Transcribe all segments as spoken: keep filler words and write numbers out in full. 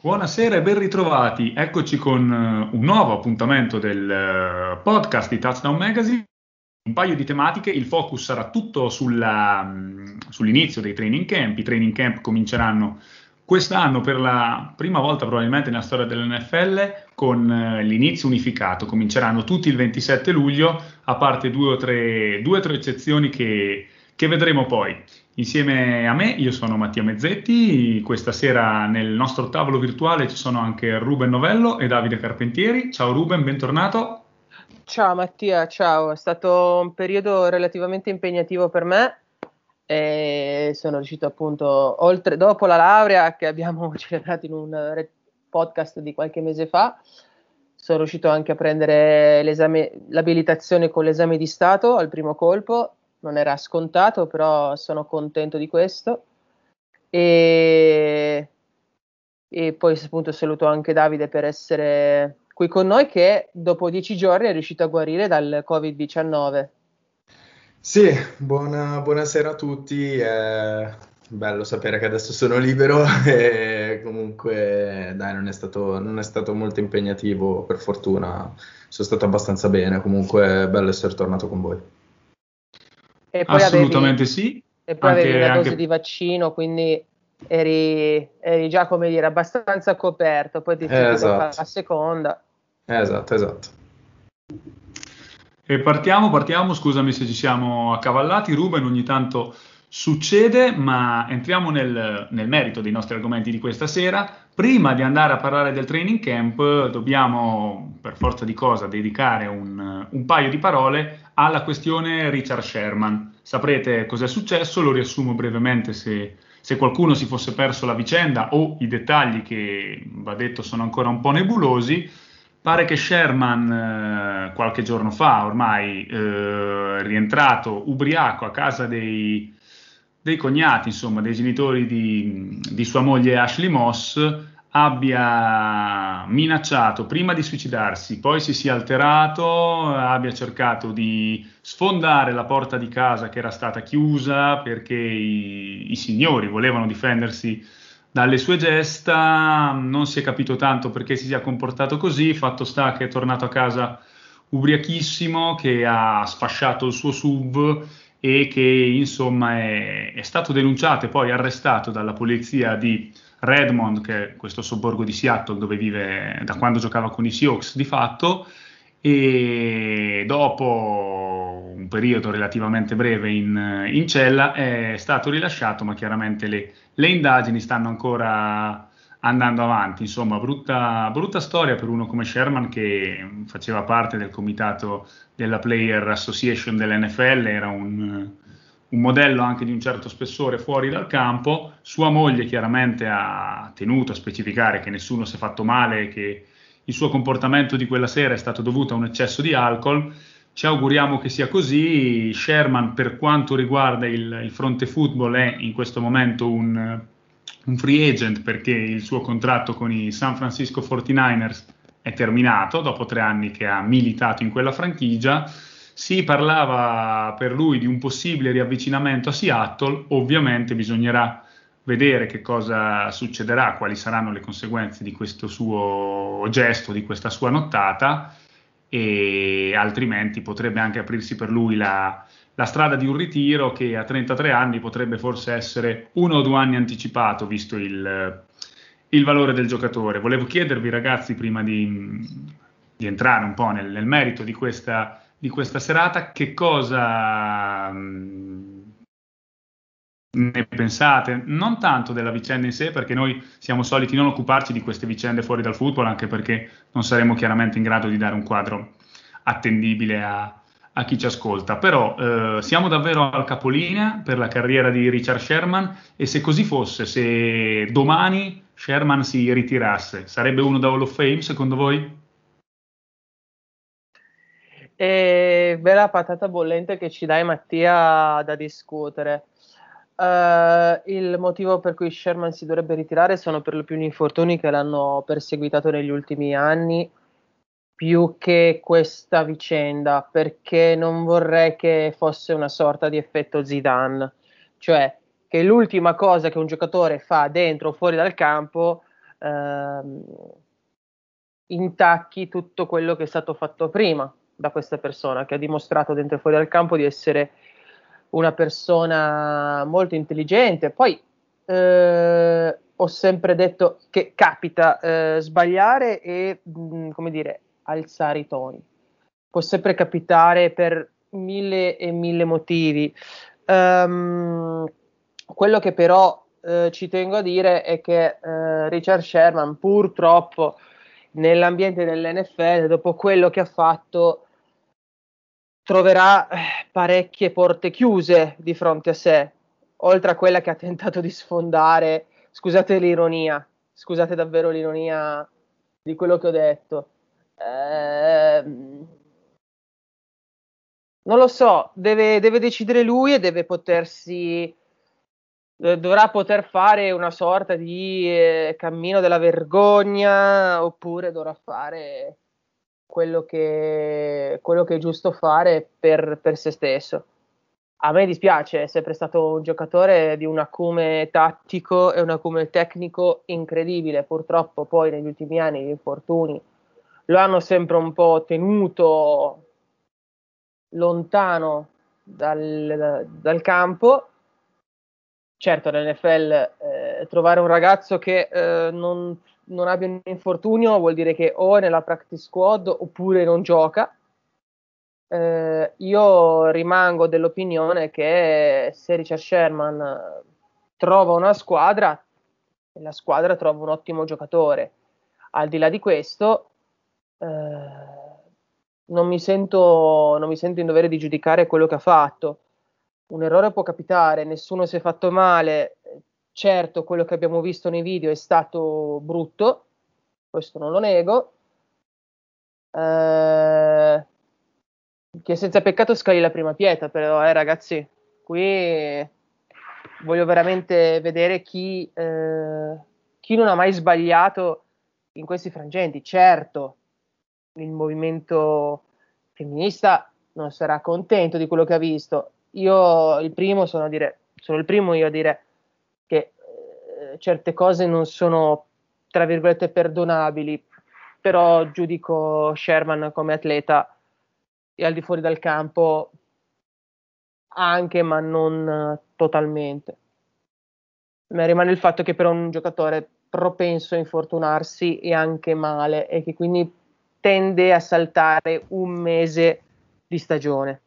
Buonasera e ben ritrovati. Eccoci con eh, un nuovo appuntamento del eh, podcast di Touchdown Magazine. Un paio di tematiche, il focus sarà tutto sulla, mh, sull'inizio dei training camp. I training camp cominceranno quest'anno per la prima volta probabilmente nella storia dell'N F L con eh, l'inizio unificato. Cominceranno tutti il ventisette luglio, a parte due o tre, due o tre eccezioni che, che vedremo poi. Insieme a me, io sono Mattia Mezzetti, questa sera nel nostro tavolo virtuale ci sono anche Ruben Novello e Davide Carpentieri. Ciao Ruben, bentornato. Ciao Mattia, ciao, è stato un periodo relativamente impegnativo per me e sono riuscito appunto, oltre, dopo la laurea che abbiamo celebrato in un re- podcast di qualche mese fa, sono riuscito anche a prendere l'esame, l'abilitazione con l'esame di Stato al primo colpo, non era scontato, però sono contento di questo. E, e poi appunto saluto anche Davide per essere qui con noi, che dopo dieci giorni è riuscito a guarire dal covid diciannove. Sì, buona- buonasera a tutti, è bello sapere che adesso sono libero e comunque dai, non è stato, non è stato molto impegnativo, per fortuna sono stato abbastanza bene, comunque è bello essere tornato con voi. E poi Assolutamente avevi, sì. e poi Anche, avevi una dose anche... di vaccino, quindi eri, eri già, come dire, abbastanza coperto, poi ti, Eh, ti tocca esatto, la seconda. eh, esatto, esatto. E partiamo, partiamo, scusami se ci siamo accavallati, Ruben, ogni tanto succede, ma entriamo nel, nel merito dei nostri argomenti di questa sera. Prima di andare a parlare del training camp, dobbiamo, per forza di cosa, dedicare un, un paio di parole alla questione Richard Sherman. Saprete cos'è successo, lo riassumo brevemente se, se qualcuno si fosse perso la vicenda o i dettagli che, va detto, sono ancora un po' nebulosi. Pare che Sherman, eh, qualche giorno fa, ormai eh, rientrato ubriaco a casa dei, dei cognati, insomma, dei genitori di, di sua moglie Ashley Moss, abbia minacciato prima di suicidarsi, poi si sia alterato, abbia cercato di sfondare la porta di casa che era stata chiusa perché i, i signori volevano difendersi dalle sue gesta. Non si è capito tanto perché si sia comportato così, fatto sta che è tornato a casa ubriachissimo, che ha sfasciato il suo SUV e che insomma è, è stato denunciato e poi arrestato dalla polizia di Redmond, che è questo sobborgo di Seattle dove vive da quando giocava con i Seahawks di fatto, e dopo un periodo relativamente breve in, in cella è stato rilasciato, ma chiaramente le, le indagini stanno ancora andando avanti. Insomma, brutta, brutta storia per uno come Sherman che faceva parte del comitato della Player Association dell'N F L, era un, un modello anche di un certo spessore fuori dal campo. Sua moglie chiaramente ha tenuto a specificare che nessuno si è fatto male, che il suo comportamento di quella sera è stato dovuto a un eccesso di alcol. Ci auguriamo che sia così. Sherman, per quanto riguarda il, il fronte football, è in questo momento un, un free agent perché il suo contratto con i San Francisco quarantanovers è terminato dopo tre anni che ha militato in quella franchigia. Si parlava per lui di un possibile riavvicinamento a Seattle. Ovviamente bisognerà vedere che cosa succederà, quali saranno le conseguenze di questo suo gesto, di questa sua nottata, e altrimenti potrebbe anche aprirsi per lui la, la strada di un ritiro che a trentatré anni potrebbe forse essere uno o due anni anticipato, visto il, il valore del giocatore. Volevo chiedervi, ragazzi, prima di, di entrare un po' nel, nel merito di questa, di questa serata, che cosa mh, ne pensate? Non tanto della vicenda in sé, perché noi siamo soliti non occuparci di queste vicende fuori dal football, anche perché non saremo chiaramente in grado di dare un quadro attendibile a, a chi ci ascolta. Però eh, siamo davvero al capolinea per la carriera di Richard Sherman, e se così fosse, se domani Sherman si ritirasse, sarebbe uno da Hall of Fame secondo voi? E bella patata bollente che ci dai, Mattia, da discutere. Uh, il motivo per cui Sherman si dovrebbe ritirare sono per lo più gli infortuni che l'hanno perseguitato negli ultimi anni, più che questa vicenda, perché non vorrei che fosse una sorta di effetto Zidane, cioè che l'ultima cosa che un giocatore fa dentro o fuori dal campo uh, ehm, intacchi tutto quello che è stato fatto prima da questa persona, che ha dimostrato dentro e fuori dal campo di essere una persona molto intelligente. Poi eh, ho sempre detto che capita eh, sbagliare e, mh, come dire, alzare i toni. Può sempre capitare per mille e mille motivi. Um, quello che però eh, ci tengo a dire è che eh, Richard Sherman, purtroppo, nell'ambiente dell'N F L, dopo quello che ha fatto, troverà parecchie porte chiuse di fronte a sé, oltre a quella che ha tentato di sfondare. Scusate l'ironia, scusate davvero l'ironia di quello che ho detto. Eh, non lo so, deve, deve decidere lui e deve potersi, eh, dovrà poter fare una sorta di eh, cammino della vergogna, oppure dovrà fare quello che, quello che è giusto fare per, per se stesso. A me dispiace, è sempre stato un giocatore di un acume tattico e un acume tecnico incredibile. Purtroppo poi negli ultimi anni gli infortuni lo hanno sempre un po' tenuto lontano dal, dal campo. Certo, nell'N F L eh, trovare un ragazzo che eh, non, non abbia un infortunio vuol dire che o è nella practice squad oppure non gioca. Eh, io rimango dell'opinione che se Richard Sherman trova una squadra, la squadra trova un ottimo giocatore. Al di là di questo, eh, non mi sento, non mi sento in dovere di giudicare quello che ha fatto. Un errore può capitare, nessuno si è fatto male. Certo, quello che abbiamo visto nei video è stato brutto, questo non lo nego. Eh, che senza peccato scali la prima pietra, però, eh, ragazzi, qui voglio veramente vedere chi, eh, chi non ha mai sbagliato in questi frangenti. Certo, il movimento femminista non sarà contento di quello che ha visto. Io il primo sono a dire, sono il primo io a dire che eh, certe cose non sono, tra virgolette, perdonabili, però giudico Sherman come atleta e al di fuori dal campo anche, ma non totalmente. Ma rimane il fatto che però è un giocatore propenso a infortunarsi e anche male, e che quindi tende a saltare un mese di stagione.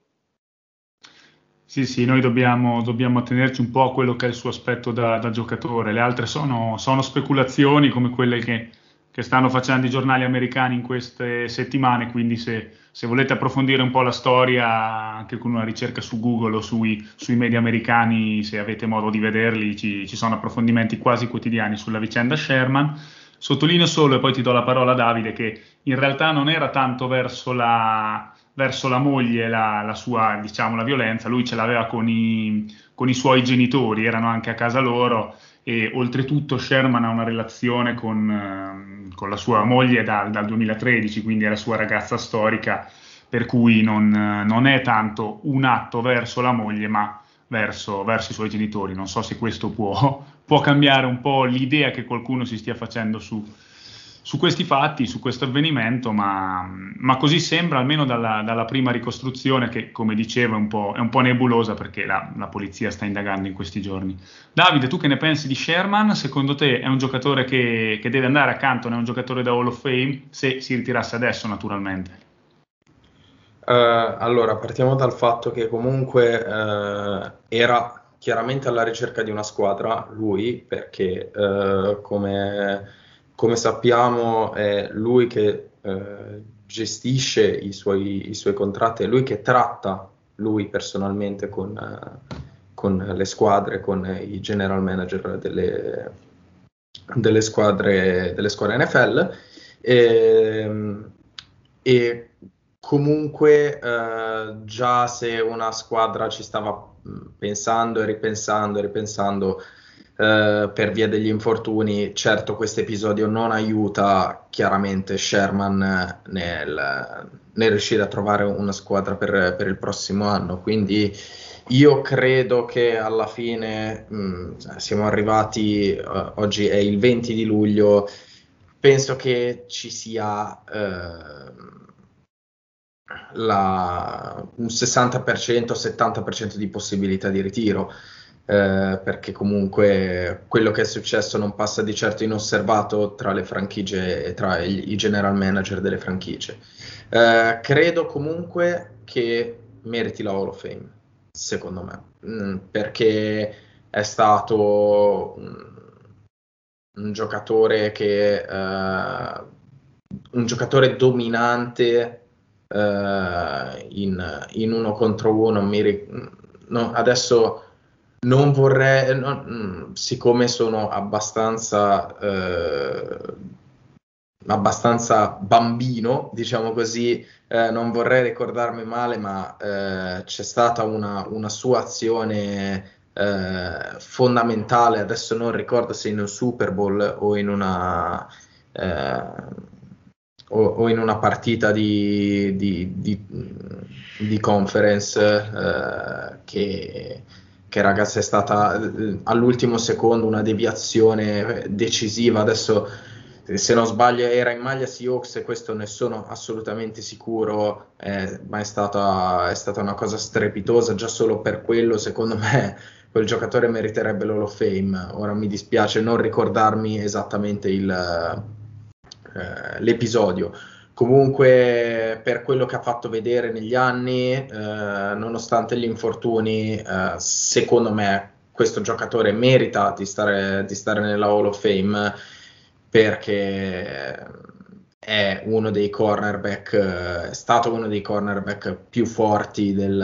Sì, sì, noi dobbiamo, dobbiamo attenerci un po' a quello che è il suo aspetto da, da giocatore. Le altre sono, sono speculazioni come quelle che, che stanno facendo i giornali americani in queste settimane, quindi se, se volete approfondire un po' la storia anche con una ricerca su Google o sui, sui media americani, se avete modo di vederli, ci, ci sono approfondimenti quasi quotidiani sulla vicenda Sherman. Sottolineo solo, e poi ti do la parola a Davide, che in realtà non era tanto verso la, verso la moglie la, la sua, diciamo, la violenza. Lui ce l'aveva con i, con i suoi genitori, erano anche a casa loro, e oltretutto Sherman ha una relazione con, eh, con la sua moglie dal, dal duemilatredici, quindi è la sua ragazza storica, per cui non, non è tanto un atto verso la moglie, ma verso, verso i suoi genitori. Non so se questo può, può cambiare un po' l'idea che qualcuno si stia facendo su, su questi fatti, su questo avvenimento, ma, ma così sembra, almeno dalla, dalla prima ricostruzione, che come dicevo è un po', è un po' nebulosa, perché la, la polizia sta indagando in questi giorni. Davide, tu che ne pensi di Sherman? Secondo te è un giocatore che, che deve andare accanto, è un giocatore da Hall of Fame, se si ritirasse adesso naturalmente? Uh, allora, partiamo dal fatto che comunque uh, era chiaramente alla ricerca di una squadra, lui, perché uh, come, come sappiamo è lui che uh, gestisce i suoi, i suoi contratti, è lui che tratta lui personalmente con, uh, con le squadre, con i general manager delle, delle, squadre, delle squadre N F L, e, e comunque eh, già se una squadra ci stava pensando e ripensando e ripensando eh, per via degli infortuni, certo questo episodio non aiuta chiaramente Sherman nel, nel riuscire a trovare una squadra per, per il prossimo anno. Quindi io credo che alla fine mh, siamo arrivati, uh, oggi è il venti di luglio, penso che ci sia eh, la, un sessanta per cento, settanta per cento di possibilità di ritiro, eh, perché comunque quello che è successo non passa di certo inosservato tra le franchigie e tra i, i general manager delle franchigie. Eh, credo comunque che meriti la Hall of Fame, secondo me, mm, perché è stato un, un giocatore che eh, un giocatore dominante eh, in, in uno contro uno. Mi ric- no, adesso non vorrei, no, siccome sono abbastanza eh, abbastanza bambino, diciamo così, eh, non vorrei ricordarmi male, ma eh, c'è stata una, una sua azione eh, fondamentale, adesso non ricordo se in un Super Bowl o in una eh, o, o in una partita di, di, di, di conference eh, che, che ragazzi è stata eh, all'ultimo secondo una deviazione decisiva. Adesso se non sbaglio era in maglia Seahawks, e questo ne sono assolutamente sicuro, eh, ma è stata, è stata una cosa strepitosa. Già solo per quello secondo me quel giocatore meriterebbe l'Hall of Fame. Ora mi dispiace non ricordarmi esattamente il, eh, l'episodio. Comunque per quello che ha fatto vedere negli anni, eh, nonostante gli infortuni, eh, secondo me questo giocatore merita di stare, di stare nella Hall of Fame, perché è uno dei cornerback, è stato uno dei cornerback più forti del,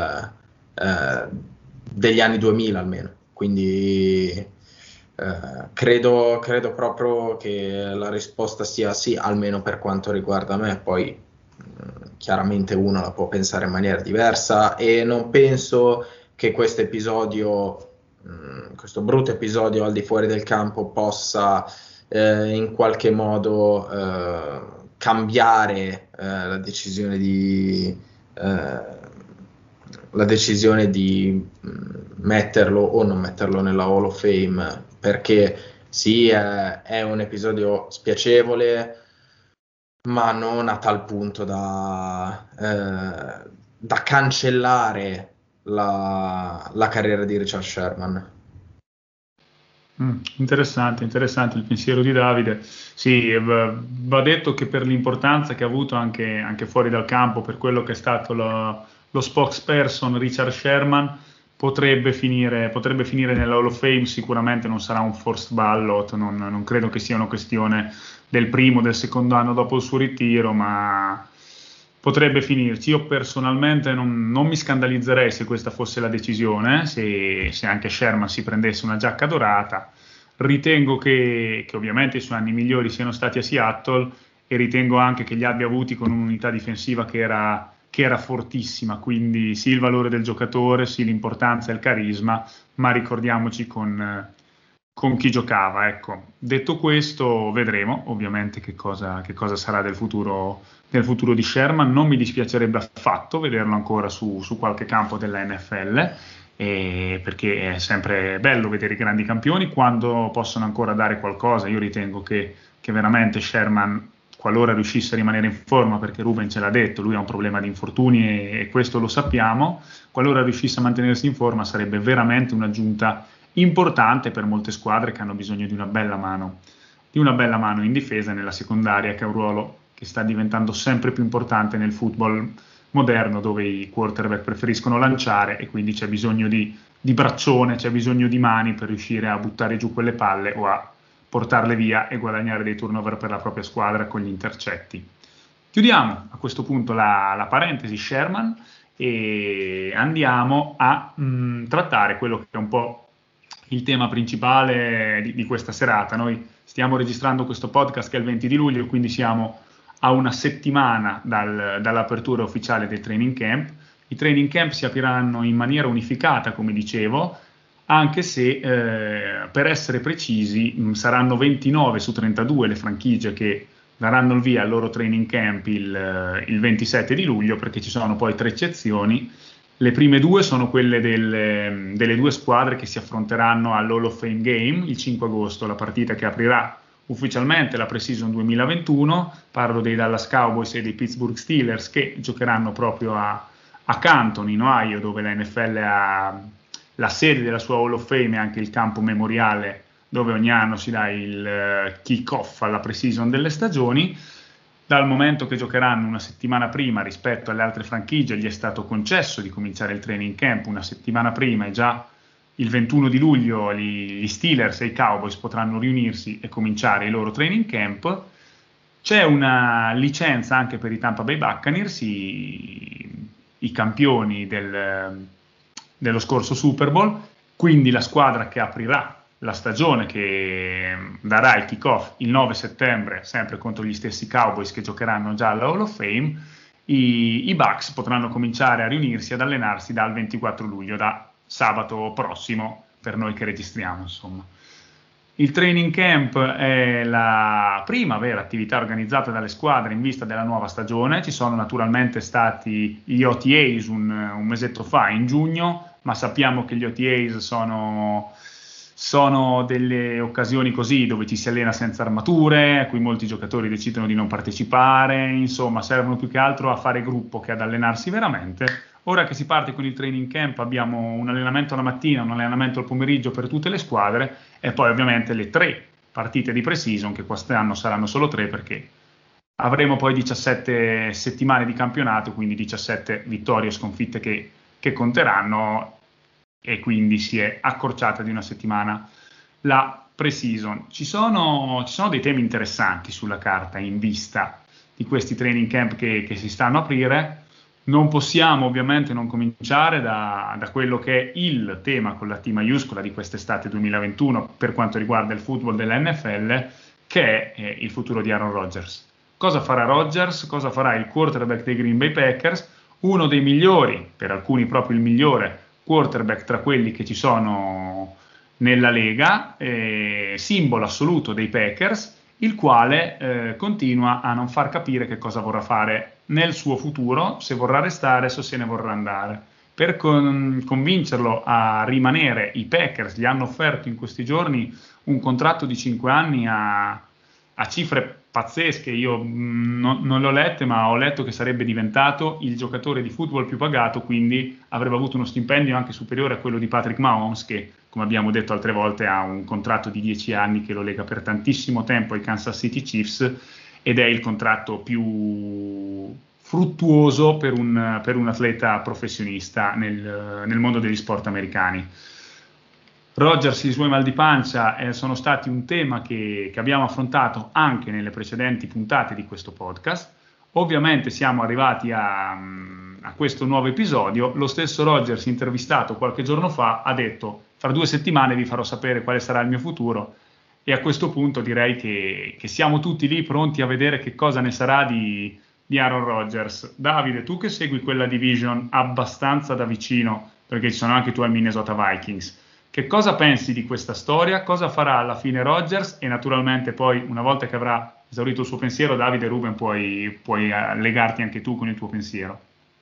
eh, degli anni duemila almeno, quindi eh, credo, credo proprio che la risposta sia sì, almeno per quanto riguarda me. Poi mh, chiaramente uno la può pensare in maniera diversa, e non penso che questo episodio, mh, questo brutto episodio al di fuori del campo possa Eh, in qualche modo eh, cambiare eh, la decisione di eh, la decisione di mh, metterlo o non metterlo nella Hall of Fame, perché sì, è, è un episodio spiacevole, ma non a tal punto da, eh, da cancellare la, la carriera di Richard Sherman. Mm, interessante, interessante il pensiero di Davide. Sì, v- va detto che per l'importanza che ha avuto anche, anche fuori dal campo, per quello che è stato lo, lo spokesperson Richard Sherman, potrebbe finire, potrebbe finire nella Hall of Fame. Sicuramente non sarà un forced ballot, non, non credo che sia una questione del primo o del secondo anno dopo il suo ritiro, ma potrebbe finirci. Io personalmente non, non mi scandalizzerei se questa fosse la decisione, se, se anche Sherman si prendesse una giacca dorata. Ritengo che, che ovviamente i suoi anni migliori siano stati a Seattle, e ritengo anche che li abbia avuti con un'unità difensiva che era, che era fortissima, quindi sì il valore del giocatore, sì l'importanza e il carisma, ma ricordiamoci con, con chi giocava. Ecco. Detto questo, vedremo ovviamente che cosa, che cosa sarà del futuro, del futuro di Sherman. Non mi dispiacerebbe affatto vederlo ancora su, su qualche campo della N F L, eh, perché è sempre bello vedere i grandi campioni quando possono ancora dare qualcosa. Io ritengo che, che veramente Sherman, qualora riuscisse a rimanere in forma, perché Ruben ce l'ha detto, lui ha un problema di infortuni e, e questo lo sappiamo, qualora riuscisse a mantenersi in forma sarebbe veramente un'aggiunta importante per molte squadre che hanno bisogno di una bella mano, di una bella mano in difesa, nella secondaria, che è un ruolo che sta diventando sempre più importante nel football moderno, dove i quarterback preferiscono lanciare e quindi c'è bisogno di, di braccione, c'è bisogno di mani per riuscire a buttare giù quelle palle o a portarle via e guadagnare dei turnover per la propria squadra con gli intercetti. Chiudiamo a questo punto la, la parentesi Sherman e andiamo a mh, trattare quello che è un po' il tema principale di, di questa serata. Noi stiamo registrando questo podcast che è il venti di luglio, quindi siamo a una settimana dal, dall'apertura ufficiale del training camp. I training camp si apriranno in maniera unificata, come dicevo, anche se eh, per essere precisi mh, saranno ventinove su trentadue le franchigie che daranno il via al loro training camp il, il ventisette di luglio, perché ci sono poi tre eccezioni. Le prime due sono quelle delle, delle due squadre che si affronteranno all'Hall of Fame Game il cinque agosto, la partita che aprirà ufficialmente la pre-season duemilaventuno, parlo dei Dallas Cowboys e dei Pittsburgh Steelers che giocheranno proprio a, a Canton in Ohio, dove la N F L ha la sede della sua Hall of Fame e anche il campo memoriale dove ogni anno si dà il uh, kick-off alla pre-season delle stagioni. Dal momento che giocheranno una settimana prima rispetto alle altre franchigie, gli è stato concesso di cominciare il training camp una settimana prima e già il ventuno di luglio gli, gli Steelers e i Cowboys potranno riunirsi e cominciare il loro training camp. C'è una licenza anche per i Tampa Bay Buccaneers, i, i campioni del, dello scorso Super Bowl, quindi la squadra che aprirà la stagione, che darà il kick-off il nove settembre, sempre contro gli stessi Cowboys che giocheranno già alla Hall of Fame. I, i Bucs potranno cominciare a riunirsi ad allenarsi dal ventiquattro luglio, da sabato prossimo, per noi che registriamo, insomma. Il training camp è la prima vera attività organizzata dalle squadre in vista della nuova stagione. Ci sono naturalmente stati gli O T As un, un mesetto fa, in giugno, ma sappiamo che gli O T As sono, sono delle occasioni così dove ci si allena senza armature, a cui molti giocatori decidono di non partecipare, insomma servono più che altro a fare gruppo che ad allenarsi veramente. Ora che si parte con il training camp abbiamo un allenamento alla mattina, un allenamento al pomeriggio per tutte le squadre e poi ovviamente le tre partite di pre-season, che quest'anno saranno solo tre perché avremo poi diciassette settimane di campionato, quindi diciassette vittorie o sconfitte che, che conteranno, e quindi si è accorciata di una settimana la pre-season. Ci sono, ci sono dei temi interessanti sulla carta in vista di questi training camp che, che si stanno a aprire. Non possiamo ovviamente non cominciare da, da quello che è il tema con la T maiuscola di quest'estate duemilaventuno per quanto riguarda il football della N F L, che è eh, il futuro di Aaron Rodgers. Cosa farà Rodgers? Cosa farà il quarterback dei Green Bay Packers? Uno dei migliori, per alcuni proprio il migliore quarterback tra quelli che ci sono nella Lega, eh, simbolo assoluto dei Packers, il quale eh, continua a non far capire che cosa vorrà fare nel suo futuro, se vorrà restare o se ne vorrà andare. Per con- convincerlo a rimanere, i Packers gli hanno offerto in questi giorni un contratto di cinque anni a, a cifre pazzesche. Io mh, no, non le ho lette, ma ho letto che sarebbe diventato il giocatore di football più pagato, quindi avrebbe avuto uno stipendio anche superiore a quello di Patrick Mahomes, che, come abbiamo detto altre volte, ha un contratto di dieci anni che lo lega per tantissimo tempo ai Kansas City Chiefs, ed è il contratto più fruttuoso per un, per un atleta professionista nel, nel mondo degli sport americani. Rodgers e i suoi mal di pancia eh, sono stati un tema che, che abbiamo affrontato anche nelle precedenti puntate di questo podcast. Ovviamente siamo arrivati a, a questo nuovo episodio. Lo stesso Rodgers, intervistato qualche giorno fa, ha detto: fra due settimane vi farò sapere quale sarà il mio futuro. E a questo punto direi che, che siamo tutti lì pronti a vedere che cosa ne sarà di, di Aaron Rodgers. Davide, tu che segui quella division abbastanza da vicino, perché ci sono anche tu al Minnesota Vikings, che cosa pensi di questa storia? Cosa farà alla fine Rodgers? E naturalmente poi, una volta che avrà esaurito il suo pensiero, Davide, Ruben, puoi, puoi uh, legarti anche tu con il tuo pensiero.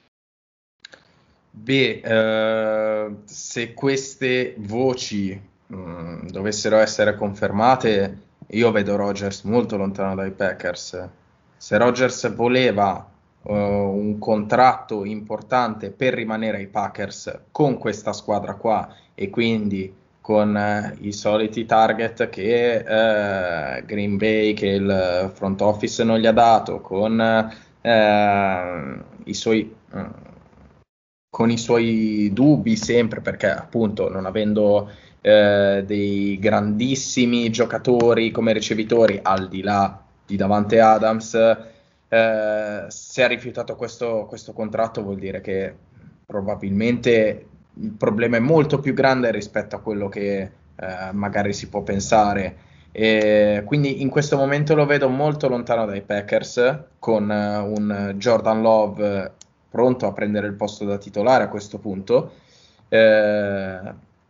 Beh, eh, se queste voci mh, dovessero essere confermate, io vedo Rodgers molto lontano dai Packers. Se Rodgers voleva uh, un contratto importante per rimanere ai Packers con questa squadra qua, e quindi con uh, i soliti target che uh, Green Bay, che il front office non gli ha dato, con uh, i suoi... Uh, con i suoi dubbi sempre, perché appunto non avendo eh, dei grandissimi giocatori come ricevitori al di là di Davante Adams, eh, se ha rifiutato questo, questo contratto vuol dire che probabilmente il problema è molto più grande rispetto a quello che eh, magari si può pensare. E quindi in questo momento lo vedo molto lontano dai Packers, con uh, un Jordan Love pronto a prendere il posto da titolare a questo punto, eh,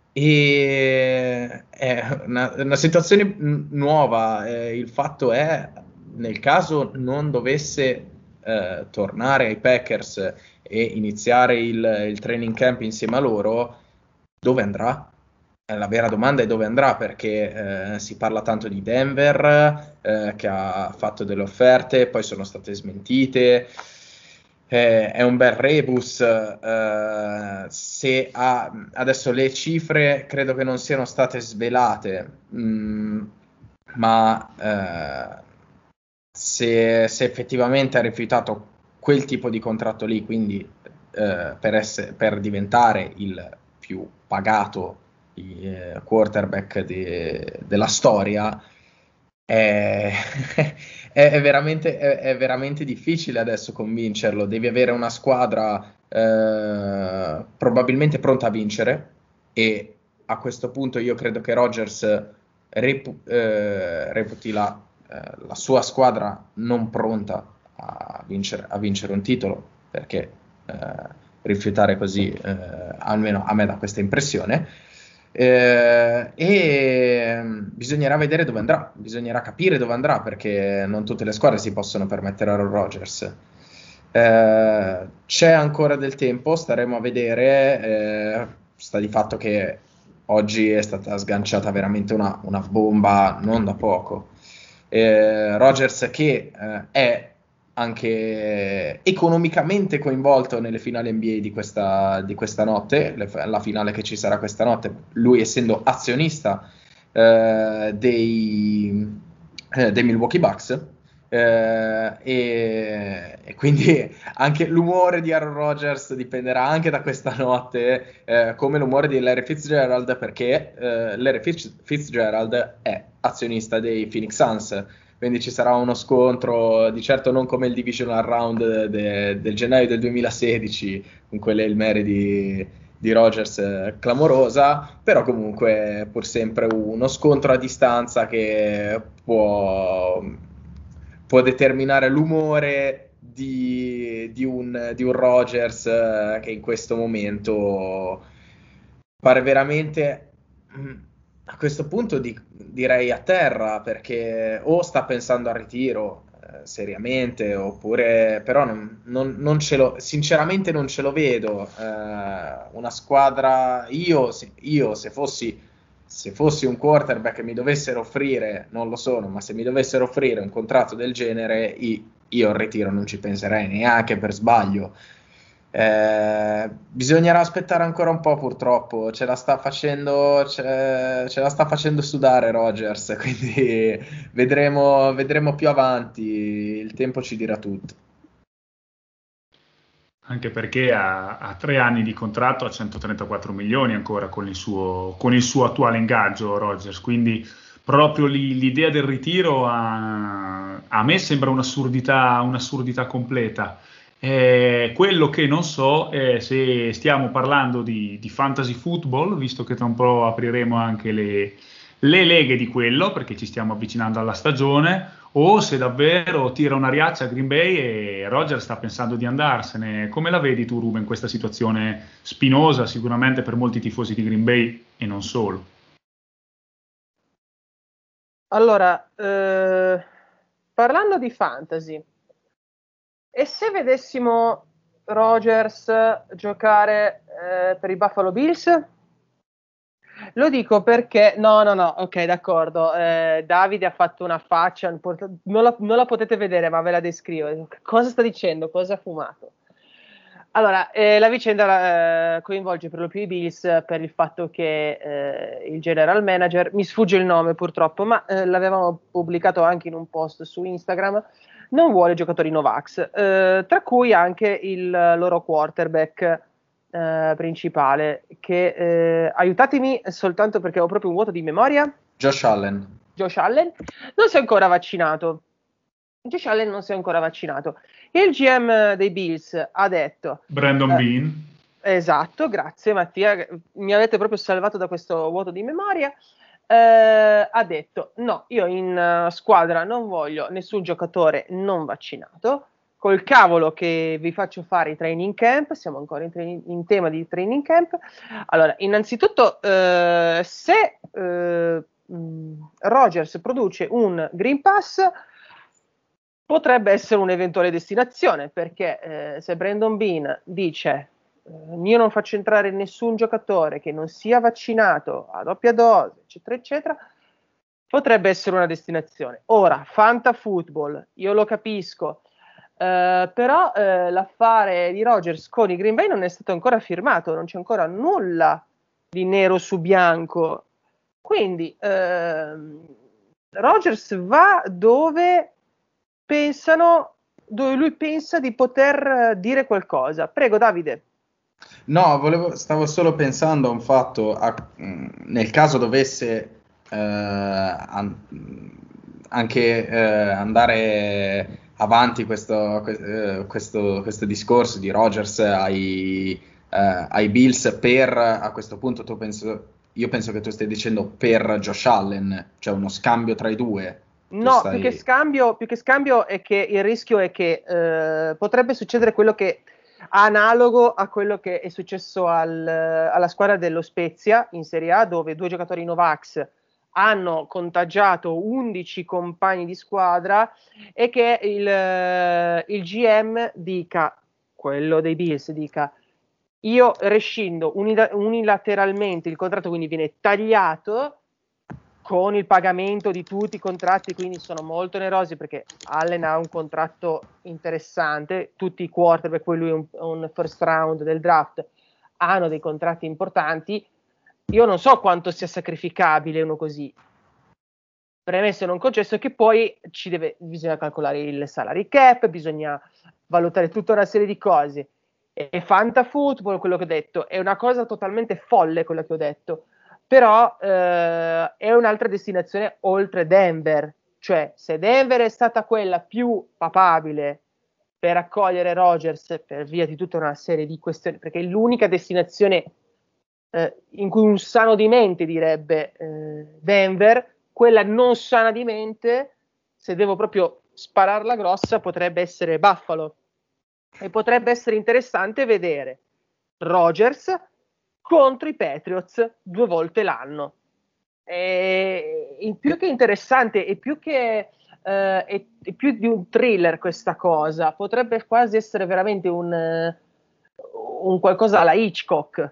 e è una, una situazione nuova. Eh, il fatto è, nel caso non dovesse eh, tornare ai Packers e iniziare il, il training camp insieme a loro, dove andrà? la vera domanda è dove andrà, perché eh, si parla tanto di Denver, eh, che ha fatto delle offerte, poi sono state smentite. Eh, è un bel rebus. Eh, se ha, adesso le cifre credo che non siano state svelate, mh, ma eh, se, se effettivamente ha rifiutato quel tipo di contratto lì, quindi eh, per, essere, per diventare il più pagato eh, quarterback de, della storia, è, è, è, veramente, è, è veramente difficile adesso convincerlo. Devi avere una squadra eh, probabilmente pronta a vincere, e a questo punto io credo che Rodgers repu- eh, reputi la, eh, la sua squadra non pronta a vincere, a vincere un titolo, perché eh, rifiutare così, eh, almeno a me dà questa impressione. Eh, e bisognerà vedere dove andrà, bisognerà capire dove andrà, perché non tutte le squadre si possono permettere Aaron Rodgers. Eh, c'è ancora del tempo, staremo a vedere. Eh, sta di fatto che oggi è stata sganciata veramente una, una bomba non da poco. Eh, Rodgers che eh, è anche economicamente coinvolto nelle finali N B A di questa, di questa notte, le, la finale che ci sarà questa notte, lui essendo azionista eh, dei, eh, dei Milwaukee Bucks, eh, e, e quindi anche l'umore di Aaron Rodgers dipenderà anche da questa notte, eh, come l'umore di Larry Fitzgerald, perché eh, Larry Fitz, Fitzgerald è azionista dei Phoenix Suns. Quindi ci sarà uno scontro, di certo non come il divisional round de, del gennaio del duemilasedici, con quelle il Mary di, di Rodgers eh, clamorosa, però comunque pur sempre uno scontro a distanza che può, può determinare l'umore di, di, un, di un Rodgers eh, che in questo momento pare veramente... mh, a questo punto di, direi a terra, perché o sta pensando al ritiro eh, seriamente, oppure però non, non, non ce lo, sinceramente non ce lo vedo. Eh, una squadra, io, se, io se fossi se fossi un quarterback e mi dovessero offrire, non lo sono, ma se mi dovessero offrire un contratto del genere, io, io al ritiro non ci penserei neanche per sbaglio. Eh, bisognerà aspettare ancora un po', purtroppo ce la sta facendo ce, ce la sta facendo sudare Rodgers, quindi vedremo, vedremo più avanti, il tempo ci dirà tutto. Anche perché ha, ha tre anni di contratto a centotrentaquattro milioni ancora con il suo, con il suo attuale ingaggio Rodgers, quindi proprio lì, l'idea del ritiro a, a me sembra un'assurdità, un'assurdità completa. Eh, quello che non so è se stiamo parlando di, di fantasy football, visto che tra un po' apriremo anche le, le leghe di quello, perché ci stiamo avvicinando alla stagione, o se davvero tira una riaccia a Green Bay e Rodgers sta pensando di andarsene. Come la vedi tu, Ruben, questa situazione spinosa sicuramente per molti tifosi di Green Bay e non solo? Allora, eh, parlando di fantasy, e se vedessimo Rodgers giocare eh, per i Buffalo Bills? Lo dico perché, no, no, no, ok, d'accordo. Eh, Davide ha fatto una faccia, non la, non la potete vedere, ma ve la descrivo. Cosa sta dicendo? Cosa ha fumato? Allora, eh, la vicenda eh, coinvolge per lo più i Bills per il fatto che eh, il general manager, mi sfugge il nome purtroppo, ma eh, l'avevamo pubblicato anche in un post su Instagram, non vuole giocatori Novax, eh, tra cui anche il loro quarterback eh, principale, che eh, aiutatemi soltanto perché ho proprio un vuoto di memoria. Josh Allen. Josh Allen non si è ancora vaccinato. Josh Allen non si è ancora vaccinato. Il G M dei Bills ha detto Brandon eh, Bean. Esatto, grazie Mattia, mi avete proprio salvato da questo vuoto di memoria. Eh, ha detto no, io in uh, squadra non voglio nessun giocatore non vaccinato. Col cavolo che vi faccio fare i training camp, siamo ancora in, tra- in tema di training camp. Allora, innanzitutto, eh, se eh, Rodgers produce un Green Pass, potrebbe essere un'eventuale destinazione, perché eh, se Brandon Bean dice io non faccio entrare nessun giocatore che non sia vaccinato a doppia dose, eccetera, eccetera, potrebbe essere una destinazione. Ora, fantafootball, io lo capisco, eh, però eh, l'affare di Rodgers con i Green Bay non è stato ancora firmato, non c'è ancora nulla di nero su bianco. Quindi ehm, Rodgers va dove pensano, dove lui pensa di poter dire qualcosa. Prego, Davide. No, volevo, stavo solo pensando a un fatto, a, nel caso dovesse eh, an, anche eh, andare avanti questo, eh, questo, questo discorso di Rodgers ai, eh, ai Bills per, a questo punto tu penso, io penso che tu stai dicendo per Josh Allen, cioè uno scambio tra i due. No, stai... più che scambio, più che scambio è che il rischio è che eh, potrebbe succedere quello che analogo a quello che è successo al, alla squadra dello Spezia in Serie A, dove due giocatori Novax hanno contagiato undici compagni di squadra e che il, il G M dica, quello dei Bills dica, io rescindo unida- unilateralmente il contratto, quindi viene tagliato con il pagamento di tutti i contratti, quindi sono molto onerosi perché Allen ha un contratto interessante, tutti i quarterback, poi lui un, un first round del draft, hanno dei contratti importanti. Io non so quanto sia sacrificabile uno così, premesso non concesso che poi ci deve, bisogna calcolare il salary cap, bisogna valutare tutta una serie di cose. E fantafootball, quello che ho detto, è una cosa totalmente folle quello che ho detto, però eh, è un'altra destinazione oltre Denver, cioè se Denver è stata quella più papabile per accogliere Rodgers per via di tutta una serie di questioni, perché è l'unica destinazione eh, in cui un sano di mente direbbe eh, Denver, quella non sana di mente, se devo proprio spararla grossa, potrebbe essere Buffalo, e potrebbe essere interessante vedere Rodgers contro i Patriots due volte l'anno. E, in più che interessante e più che eh, è, è più di un thriller questa cosa, potrebbe quasi essere veramente un, un qualcosa alla Hitchcock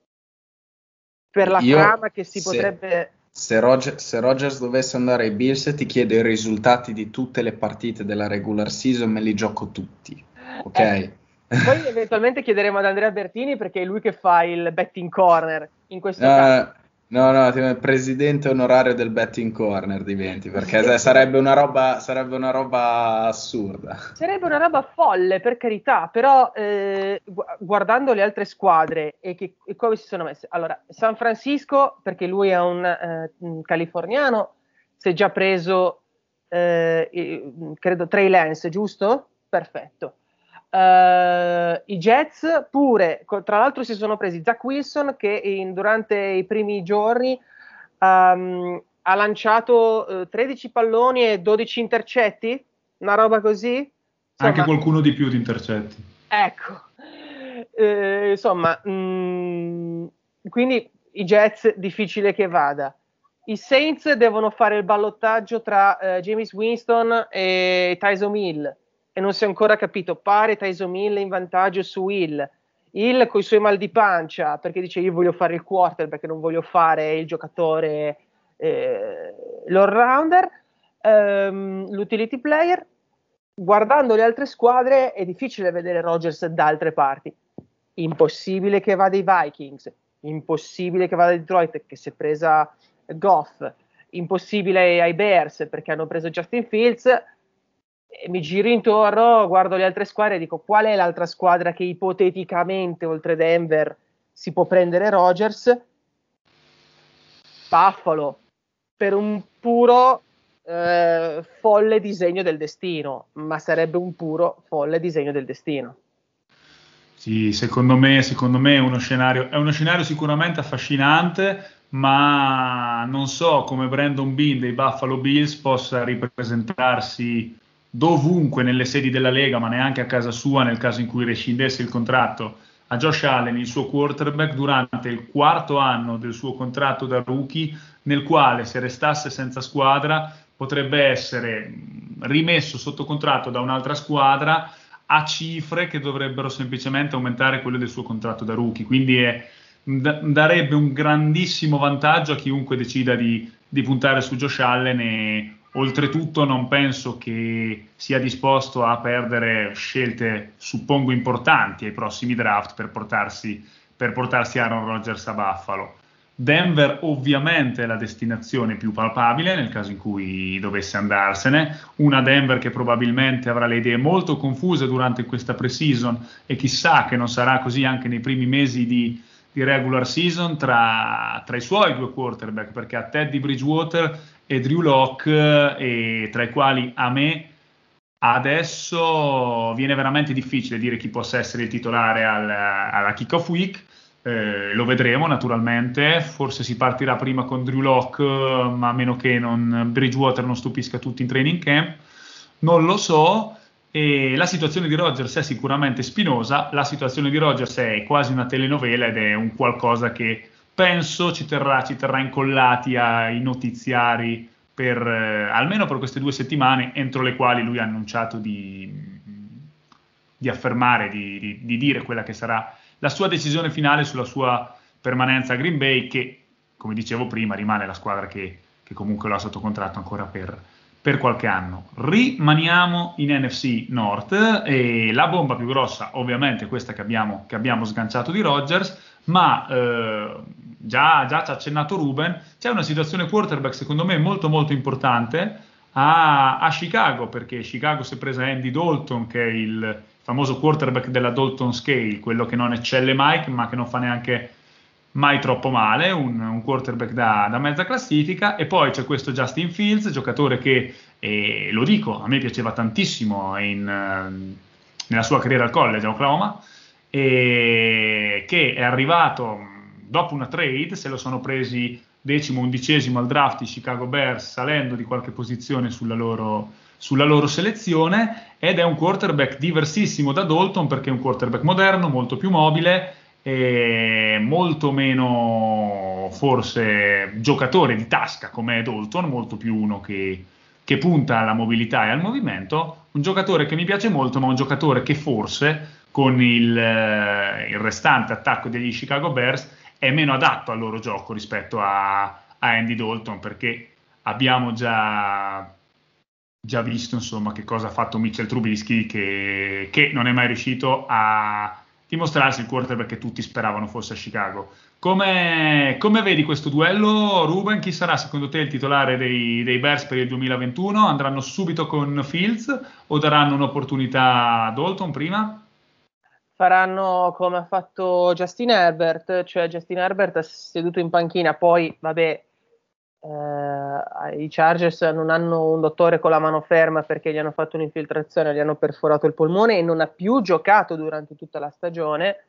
per la Io, trama che si se, potrebbe... Se, Roger, se Rodgers dovesse andare ai Bills, ti chiedo i risultati di tutte le partite della regular season, me li gioco tutti, ok? Eh, poi eventualmente chiederemo ad Andrea Bertini, perché è lui che fa il betting corner in questo No, caso. no, no, no, presidente onorario del betting corner diventi, perché sarebbe una roba, sarebbe una roba assurda. Sarebbe una roba folle, per carità, però eh, gu- guardando le altre squadre e, che, e come si sono messe. Allora, San Francisco, perché lui è un, eh, un californiano, si è già preso, eh, eh, credo, Trey Lance, giusto? Perfetto. Uh, i Jets pure, co- tra l'altro si sono presi Zach Wilson che in, durante i primi giorni um, ha lanciato uh, tredici palloni e dodici intercetti, una roba così. Insomma, anche qualcuno di più di intercetti. Ecco, eh, insomma, mh, quindi i Jets difficile che vada. I Saints devono fare il ballottaggio tra eh, Jameis Winston e Taysom Hill e non si è ancora capito. Pare Taysom Hill in vantaggio su Hill. Hill con i suoi mal di pancia, perché dice io voglio fare il quarterback, non voglio fare il giocatore, eh, l'all-rounder, ehm, l'utility player. Guardando le altre squadre è difficile vedere Rodgers da altre parti. Impossibile che vada ai Vikings, impossibile che vada a Detroit, che si è presa Goff, impossibile ai Bears perché hanno preso Justin Fields. E mi giro intorno, guardo le altre squadre e dico qual è l'altra squadra che ipoteticamente oltre Denver si può prendere Rodgers? Buffalo, per un puro eh, folle disegno del destino, ma sarebbe un puro folle disegno del destino. Sì, secondo me, secondo me è uno scenario, è uno scenario sicuramente affascinante, ma non so come Brandon Beane dei Buffalo Bills possa ripresentarsi dovunque nelle sedi della Lega, ma neanche a casa sua nel caso in cui rescindesse il contratto a Josh Allen, il suo quarterback, durante il quarto anno del suo contratto da rookie, nel quale se restasse senza squadra potrebbe essere rimesso sotto contratto da un'altra squadra a cifre che dovrebbero semplicemente aumentare quelle del suo contratto da rookie, quindi è, d- darebbe un grandissimo vantaggio a chiunque decida di, di puntare su Josh Allen, e oltretutto non penso che sia disposto a perdere scelte, suppongo, importanti ai prossimi draft per portarsi, per portarsi Aaron Rodgers a Buffalo. Denver ovviamente è la destinazione più palpabile nel caso in cui dovesse andarsene, una Denver che probabilmente avrà le idee molto confuse durante questa pre-season, e chissà che non sarà così anche nei primi mesi di, di regular season tra, tra i suoi due quarterback, perché ha Teddy Bridgewater e Drew Lock, e tra i quali a me adesso viene veramente difficile dire chi possa essere il titolare al, alla kick-off week. Eh, lo vedremo naturalmente, forse si partirà prima con Drew Lock, ma a meno che non, Bridgewater non stupisca tutti in training camp, non lo so. E la situazione di Rodgers è sicuramente spinosa, la situazione di Rodgers è quasi una telenovela ed è un qualcosa che penso ci terrà, ci terrà incollati ai notiziari per eh, almeno per queste due settimane, entro le quali lui ha annunciato di, di affermare, di, di, di dire quella che sarà la sua decisione finale sulla sua permanenza a Green Bay, che, come dicevo prima, rimane la squadra che, che comunque lo ha sotto contratto ancora per, per qualche anno. Rimaniamo in N F C North, e la bomba più grossa ovviamente è questa che abbiamo, che abbiamo sganciato di Rodgers, ma eh, già, già ci ha accennato Ruben, c'è una situazione quarterback secondo me molto molto importante a, a Chicago, perché Chicago si è presa Andy Dalton, che è il famoso quarterback della Dalton Scale, quello che non eccelle mai, ma che non fa neanche mai troppo male, un, un quarterback da, da mezza classifica. E poi c'è questo Justin Fields, giocatore che, eh, lo dico, a me piaceva tantissimo in, eh, nella sua carriera al college a Oklahoma, e che è arrivato dopo una trade, se lo sono presi decimo, undicesimo al draft i Chicago Bears, salendo di qualche posizione sulla loro, sulla loro selezione, ed è un quarterback diversissimo da Dalton, perché è un quarterback moderno, molto più mobile, e molto meno forse giocatore di tasca come Dalton, molto più uno che, che punta alla mobilità e al movimento. Un giocatore che mi piace molto, ma un giocatore che forse con il, eh, il restante attacco degli Chicago Bears è meno adatto al loro gioco rispetto a, a Andy Dalton, perché abbiamo già già visto insomma che cosa ha fatto Mitchell Trubisky, che, che non è mai riuscito a dimostrarsi il quarterback che tutti speravano fosse a Chicago. Come, come vedi questo duello, Ruben? Chi sarà secondo te il titolare dei, dei Bears per il duemilaventuno? Andranno subito con Fields o daranno un'opportunità a Dalton prima? Faranno come ha fatto Justin Herbert, cioè Justin Herbert seduto in panchina, poi vabbè, eh, i Chargers non hanno un dottore con la mano ferma perché gli hanno fatto un'infiltrazione, gli hanno perforato il polmone e non ha più giocato durante tutta la stagione.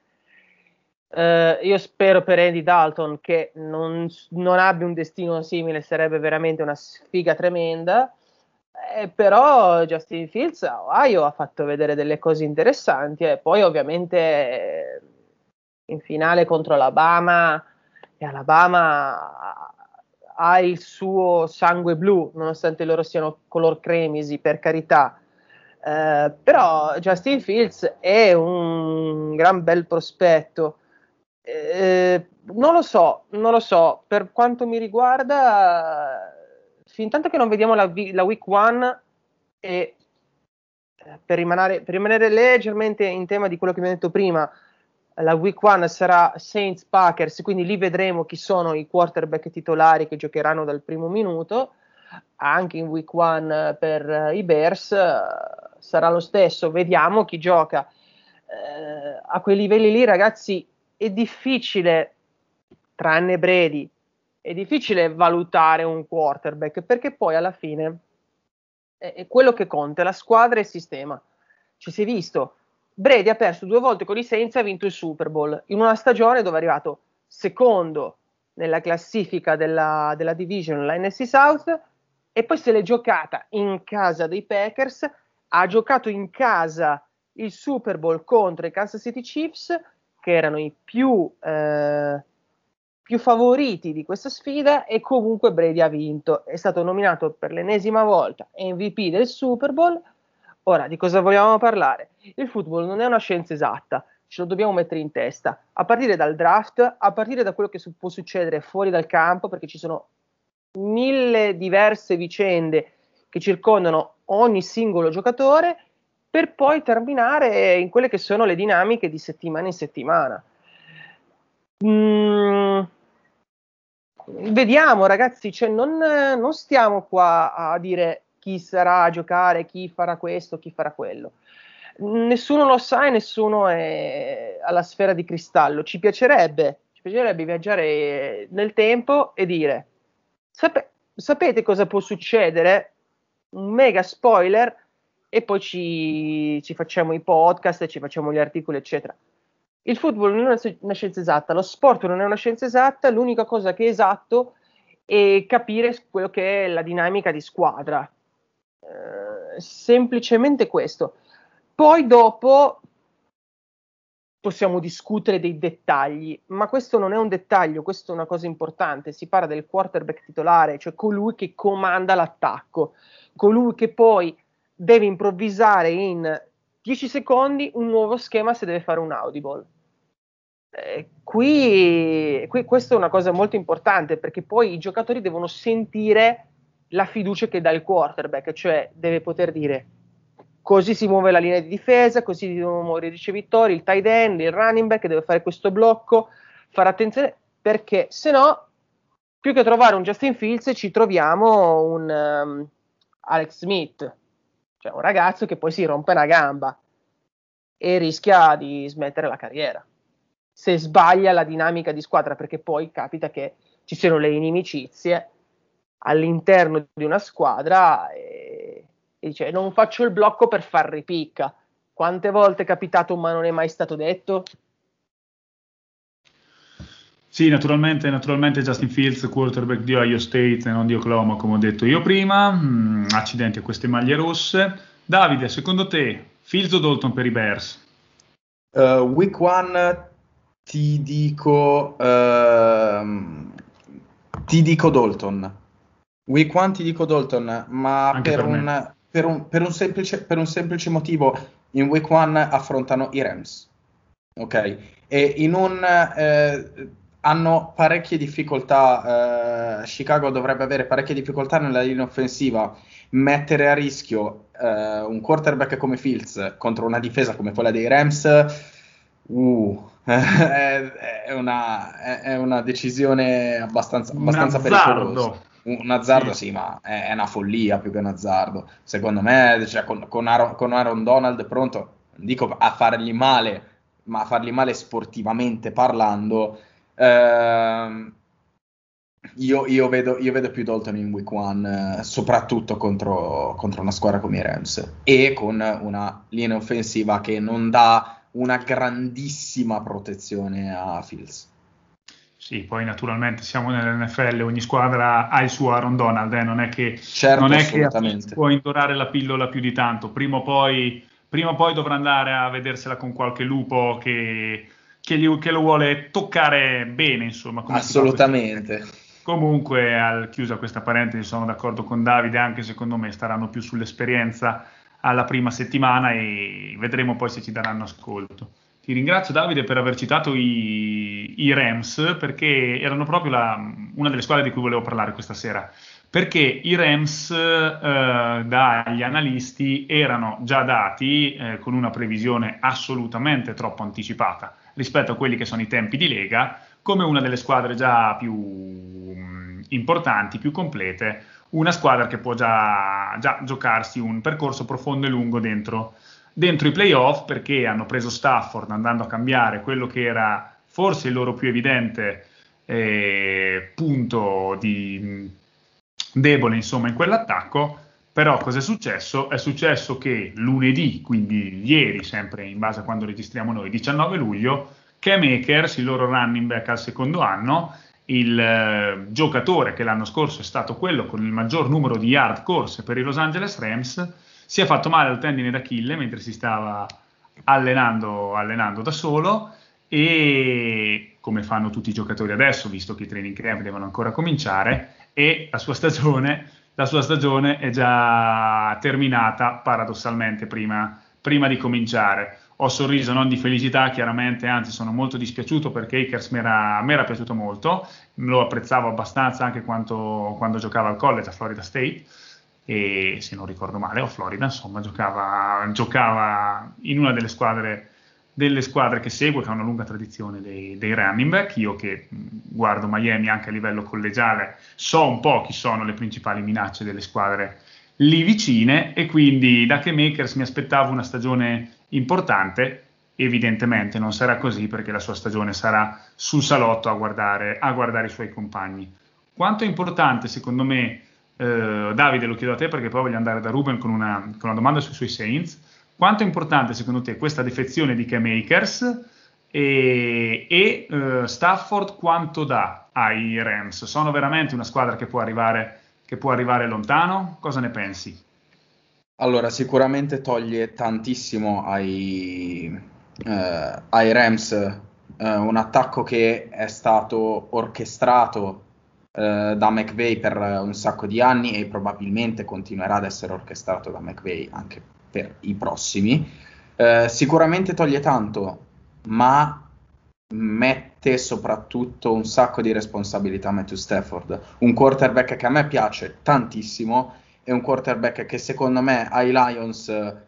Eh, io spero per Andy Dalton che non, non abbia un destino simile, sarebbe veramente una sfiga tremenda. Eh, però Justin Fields a Ohio ha fatto vedere delle cose interessanti, e poi ovviamente eh, in finale contro l'Alabama, e Alabama ha il suo sangue blu, nonostante loro siano color cremisi, per carità. Eh, però Justin Fields è un gran bel prospetto. Eh, non lo so, non lo so, per quanto mi riguarda, fin tanto che non vediamo la, la week one, e per rimanere, per rimanere leggermente in tema di quello che mi hai detto prima, la week one sarà Saints Packers, quindi lì vedremo chi sono i quarterback titolari che giocheranno dal primo minuto. Anche in week one per i Bears sarà lo stesso, vediamo chi gioca. Eh, a quei livelli lì, ragazzi, è difficile, tranne Brady, è difficile valutare un quarterback, perché poi alla fine è, è quello che conta, la squadra e il sistema. Ci si è visto, Brady ha perso due volte con i Saints e ha vinto il Super Bowl, in una stagione dove è arrivato secondo nella classifica della, della division, la N F C South, e poi se l'è giocata in casa dei Packers, ha giocato in casa il Super Bowl contro i Kansas City Chiefs, che erano i più, eh, più favoriti di questa sfida, e comunque Brady ha vinto, è stato nominato per l'ennesima volta M V P del Super Bowl, Ora, di cosa vogliamo parlare? Il football non è una scienza esatta, ce lo dobbiamo mettere in testa, a partire dal draft, a partire da quello che su- può succedere fuori dal campo, perché ci sono mille diverse vicende che circondano ogni singolo giocatore, per poi terminare in quelle che sono le dinamiche di settimana in settimana. Mm, vediamo, ragazzi, cioè non, non stiamo qua a dire chi sarà a giocare, chi farà questo, chi farà quello. Nessuno lo sa e nessuno è alla sfera di cristallo. Ci piacerebbe, ci piacerebbe viaggiare nel tempo e dire: Sape- sapete cosa può succedere? Un mega spoiler, e poi ci, ci facciamo i podcast, ci facciamo gli articoli, eccetera. Il football non è una scienza esatta, lo sport non è una scienza esatta, l'unica cosa che è esatto è capire quello che è la dinamica di squadra. Eh, semplicemente questo. Poi dopo possiamo discutere dei dettagli, ma questo non è un dettaglio, questo è una cosa importante. Si parla del quarterback titolare, cioè colui che comanda l'attacco, colui che poi deve improvvisare in dieci secondi un nuovo schema se deve fare un audible. Eh, qui, qui questa è una cosa molto importante, perché poi i giocatori devono sentire la fiducia che dà il quarterback, cioè deve poter dire: così si muove la linea di difesa, così si devono muovere i ricevitori, il tight end, il running back deve fare questo blocco, fare attenzione, perché se no, più che trovare un Justin Fields, ci troviamo un um, Alex Smith, cioè un ragazzo che poi si rompe una gamba e rischia di smettere la carriera se sbaglia la dinamica di squadra, perché poi capita che ci siano le inimicizie all'interno di una squadra e, e dice: non faccio il blocco per far ripicca. Quante volte è capitato ma non è mai stato detto? Sì, naturalmente, naturalmente Justin Fields, quarterback di Ohio State e non di Oklahoma, come ho detto io prima. Mm, accidenti a queste maglie rosse. Davide, secondo te, Fields o Dalton per i Bears? Uh, week one ti dico uh, ti dico Dalton. Week one ti dico Dalton, ma per, per, un, per, un, per, un semplice, per un semplice motivo. In week one affrontano i Rams, ok? E in un eh, hanno parecchie difficoltà. eh, Chicago dovrebbe avere parecchie difficoltà nella linea offensiva. Mettere a rischio eh, un quarterback come Fields contro una difesa come quella dei Rams, uh, è, è, una, è una decisione abbastanza, abbastanza pericolosa. Un azzardo, sì, sì, ma è, è una follia più che un azzardo. Secondo me, cioè, con, con, Aaron, con Aaron Donald pronto, non dico a fargli male, ma a fargli male sportivamente parlando. Ehm, io, io, vedo, io vedo più Dalton in week one, eh, soprattutto contro, contro una squadra come i Rams e con una linea offensiva che non dà una grandissima protezione a Fields. Sì, poi naturalmente siamo nell'N F L, ogni squadra ha il suo Aaron Donald, eh? non è che, certo, non è che può indorare la pillola più di tanto, prima o poi, prima o poi dovrà andare a vedersela con qualche lupo che, che, gli, che lo vuole toccare bene, insomma. Come assolutamente. Comunque, al, chiusa questa parentesi, sono d'accordo con Davide, anche secondo me staranno più sull'esperienza alla prima settimana e vedremo poi se ci daranno ascolto. Ti ringrazio Davide per aver citato i, i Rams, perché erano proprio la, una delle squadre di cui volevo parlare questa sera, perché i Rams eh, dagli analisti erano già dati eh, con una previsione assolutamente troppo anticipata rispetto a quelli che sono i tempi di Lega, come una delle squadre già più mh, importanti, più complete, una squadra che può già, già giocarsi un percorso profondo e lungo dentro dentro i playoff, perché hanno preso Stafford andando a cambiare quello che era forse il loro più evidente eh, punto di debole, insomma, in quell'attacco. Però cosa è successo? È successo che lunedì, quindi ieri, sempre in base a quando registriamo noi, diciannove luglio, Cam Akers, il loro running back al secondo anno, il eh, giocatore che l'anno scorso è stato quello con il maggior numero di yard corse per i Los Angeles Rams, si è fatto male al tendine d'Achille mentre si stava allenando, allenando da solo, e come fanno tutti i giocatori adesso, visto che i training camp devono ancora cominciare, e la sua stagione la sua stagione è già terminata paradossalmente prima, prima di cominciare. Ho sorriso non di felicità, chiaramente, anzi sono molto dispiaciuto perché Akers mi era, mi era piaciuto molto, lo apprezzavo abbastanza anche quando, quando giocava al college a Florida State, e se non ricordo male, o Florida, insomma, giocava, giocava in una delle squadre, delle squadre che segue, che ha una lunga tradizione dei, dei running back. Io che guardo Miami anche a livello collegiale so un po' chi sono le principali minacce delle squadre lì vicine, e quindi da Cam Akers mi aspettavo una stagione importante. Evidentemente non sarà così, perché la sua stagione sarà sul salotto a guardare, a guardare i suoi compagni. Quanto è importante, secondo me, eh, Davide, lo chiedo a te perché poi voglio andare da Ruben con una, con una domanda sui suoi Saints, quanto è importante secondo te questa defezione di Cam Akers e, e eh, Stafford quanto dà ai Rams? Sono veramente una squadra che può arrivare, che può arrivare lontano? Cosa ne pensi? Allora, sicuramente toglie tantissimo ai, eh, ai Rams eh, un attacco che è stato orchestrato eh, da McVay per un sacco di anni e probabilmente continuerà ad essere orchestrato da McVay anche per i prossimi. Eh, sicuramente toglie tanto, ma mette soprattutto un sacco di responsabilità a Matthew Stafford, un quarterback che a me piace tantissimo, è un quarterback che secondo me ai Lions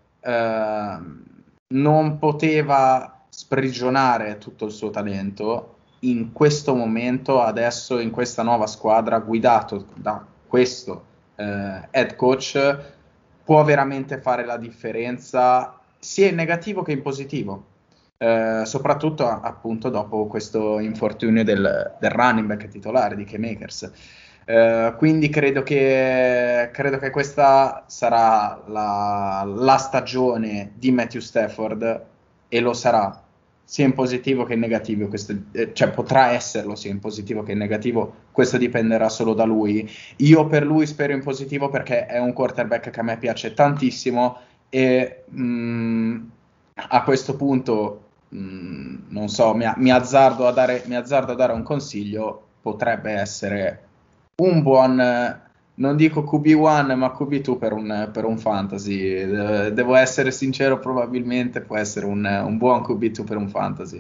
eh, non poteva sprigionare tutto il suo talento. In questo momento, adesso, in questa nuova squadra guidato da questo eh, head coach, può veramente fare la differenza sia in negativo che in positivo, eh, soprattutto appunto dopo questo infortunio del, del running back titolare di Cam Akers. Uh, quindi credo che, credo che questa sarà la, la stagione di Matthew Stafford, e lo sarà sia in positivo che in negativo. Questo, eh, cioè potrà esserlo sia in positivo che in negativo, questo dipenderà solo da lui. Io per lui spero in positivo perché è un quarterback che a me piace tantissimo e mh, a questo punto mh, non so, mi, mi, azzardo a dare, mi azzardo a dare un consiglio: potrebbe essere un buon, non dico Q B uno, ma Q B due per un, per un fantasy. Devo essere sincero, probabilmente può essere un, un buon Q B due per un fantasy.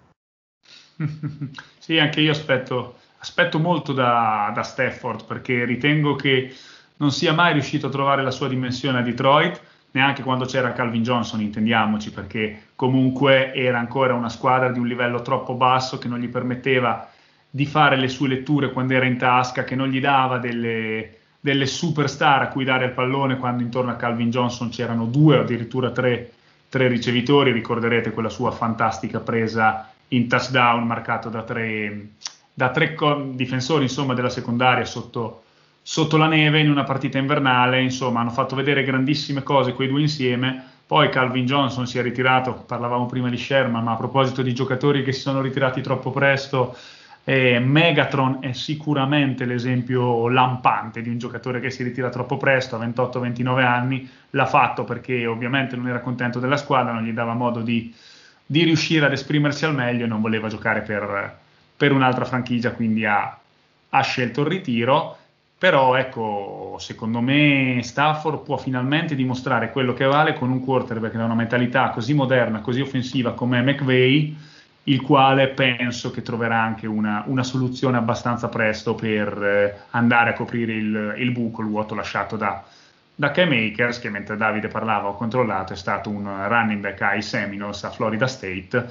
Sì, anche io aspetto, aspetto molto da, da Stafford, perché ritengo che non sia mai riuscito a trovare la sua dimensione a Detroit, neanche quando c'era Calvin Johnson, intendiamoci, perché comunque era ancora una squadra di un livello troppo basso che non gli permetteva di fare le sue letture quando era in tasca, che non gli dava delle, delle superstar a cui dare il pallone quando intorno a Calvin Johnson c'erano due o addirittura tre, tre ricevitori. Ricorderete quella sua fantastica presa in touchdown marcato da tre, da tre con, difensori insomma, della secondaria sotto, sotto la neve in una partita invernale. Insomma, hanno fatto vedere grandissime cose quei due insieme. Poi Calvin Johnson si è ritirato, parlavamo prima di Sherman, ma a proposito di giocatori che si sono ritirati troppo presto, Eh, Megatron è sicuramente l'esempio lampante di un giocatore che si ritira troppo presto, a ventotto ventinove anni. L'ha fatto perché ovviamente non era contento della squadra, non gli dava modo di, di riuscire ad esprimersi al meglio e non voleva giocare per, per un'altra franchigia, quindi ha, ha scelto il ritiro. Però ecco, secondo me Stafford può finalmente dimostrare quello che vale con un quarterback da una mentalità così moderna, così offensiva come McVay, il quale penso che troverà anche una, una soluzione abbastanza presto per eh, andare a coprire il, il buco, il vuoto lasciato da, da Cam Akers, che mentre Davide parlava ho controllato, è stato un running back ai Seminoles a Florida State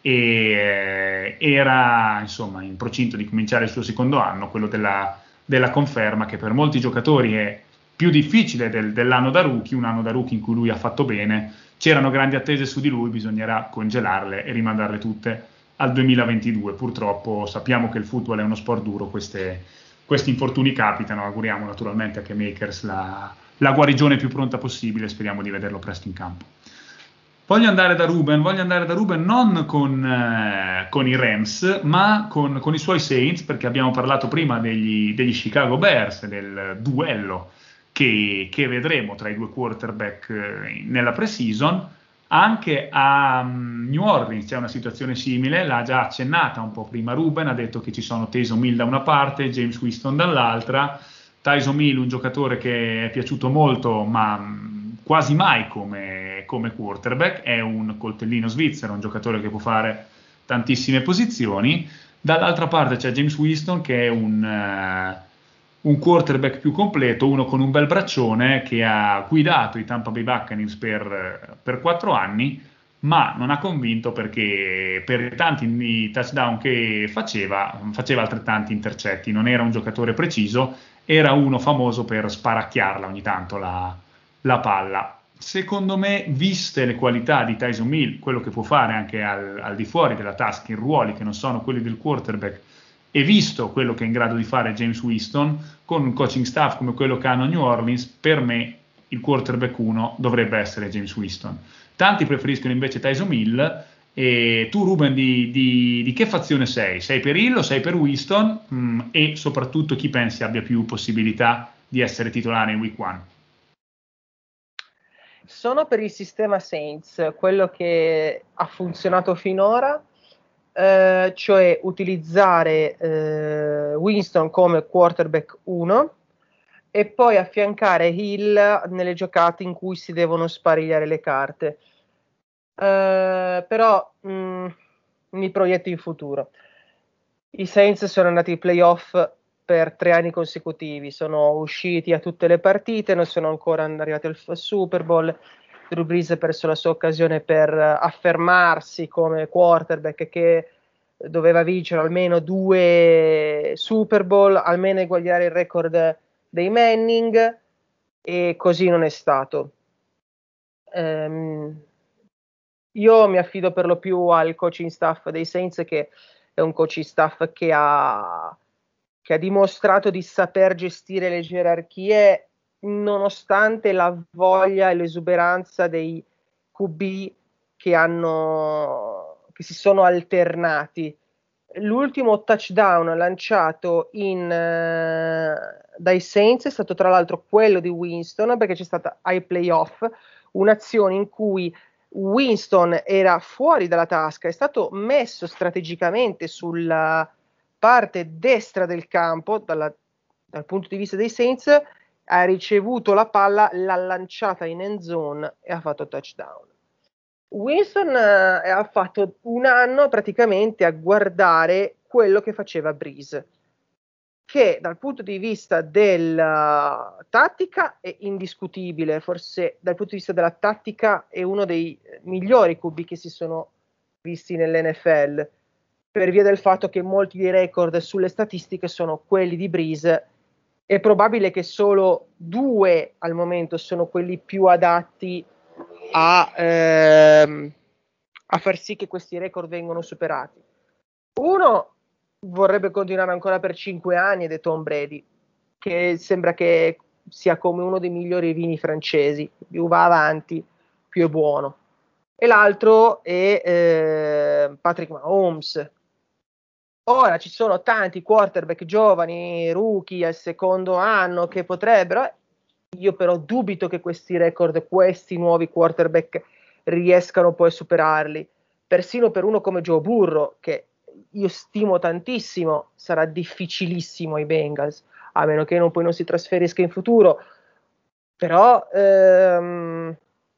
e eh, era insomma in procinto di cominciare il suo secondo anno, quello della, della conferma, che per molti giocatori è più difficile del, dell'anno da rookie, un anno da rookie in cui lui ha fatto bene. C'erano grandi attese su di lui, bisognerà congelarle e rimandarle tutte al duemilaventidue. Purtroppo sappiamo che il football è uno sport duro, queste, questi infortuni capitano. Auguriamo naturalmente a Cam Akers la, la guarigione più pronta possibile, speriamo di vederlo presto in campo. Voglio andare da Ruben, voglio andare da Ruben non con, eh, con i Rams, ma con, con i suoi Saints, perché abbiamo parlato prima degli, degli Chicago Bears, del duello Che, che vedremo tra i due quarterback eh, nella pre-season. Anche a um, New Orleans c'è una situazione simile, l'ha già accennata un po' prima Ruben, ha detto che ci sono Taysom Hill da una parte, James Winston dall'altra. Tyson Hill, un giocatore che è piaciuto molto, ma mh, quasi mai come, come quarterback, è un coltellino svizzero, un giocatore che può fare tantissime posizioni. Dall'altra parte c'è James Winston, che è un, uh, un quarterback più completo, uno con un bel braccione, che ha guidato i Tampa Bay Buccaneers per, per quattro anni, ma non ha convinto perché per i tanti touchdown che faceva, faceva altrettanti intercetti. Non era un giocatore preciso, era uno famoso per sparacchiarla ogni tanto la, la palla. Secondo me, viste le qualità di Tyson Hill, quello che può fare anche al, al di fuori della tasca, in ruoli che non sono quelli del quarterback, e visto quello che è in grado di fare James Winston, con un coaching staff come quello che hanno a New Orleans, per me il quarterback uno dovrebbe essere James Winston. Tanti preferiscono invece Tyson Hill. E tu, Ruben, di, di, di che fazione sei? Sei per Hill o sei per Winston? Mm, e soprattutto chi pensi abbia più possibilità di essere titolare in week one? Sono per il sistema Saints, quello che ha funzionato finora, eh, cioè utilizzare eh, Winston come quarterback uno e poi affiancare Hill nelle giocate in cui si devono sparigliare le carte. Uh, però mh, mi proietto in futuro. I Saints sono andati ai playoff per tre anni consecutivi, sono usciti a tutte le partite, non sono ancora arrivati al Super Bowl. Drew Brees ha perso la sua occasione per affermarsi come quarterback che doveva vincere almeno due Super Bowl, almeno eguagliare il record dei Manning, e così non è stato. Um, Io mi affido per lo più al coaching staff dei Saints, che è un coaching staff che ha, che ha dimostrato di saper gestire le gerarchie nonostante la voglia e l'esuberanza dei Q B che, hanno, che si sono alternati. L'ultimo touchdown lanciato in, uh, dai Saints è stato tra l'altro quello di Winston, perché c'è stata ai playoff un'azione in cui Winston era fuori dalla tasca, è stato messo strategicamente sulla parte destra del campo, dalla, dal punto di vista dei Saints, ha ricevuto la palla, l'ha lanciata in end zone e ha fatto touchdown. Winston eh, ha fatto un anno praticamente a guardare quello che faceva Brees, che dal punto di vista della tattica è indiscutibile, forse dal punto di vista della tattica è uno dei migliori Q B che si sono visti nell'N F L, per via del fatto che molti dei record sulle statistiche sono quelli di Brees. È probabile che solo due al momento sono quelli più adatti a, ehm, a far sì che questi record vengano superati. Uno vorrebbe continuare ancora per cinque anni ed è Tom Brady, che sembra che sia come uno dei migliori vini francesi, più va avanti più è buono. E l'altro è eh, Patrick Mahomes. Ora ci sono tanti quarterback giovani, rookie al secondo anno che potrebbero, io però dubito che questi record, questi nuovi quarterback riescano poi a superarli. Persino per uno come Joe Burrow, che io stimo tantissimo, sarà difficilissimo ai Bengals, a meno che non, poi non si trasferisca in futuro. Però ehm,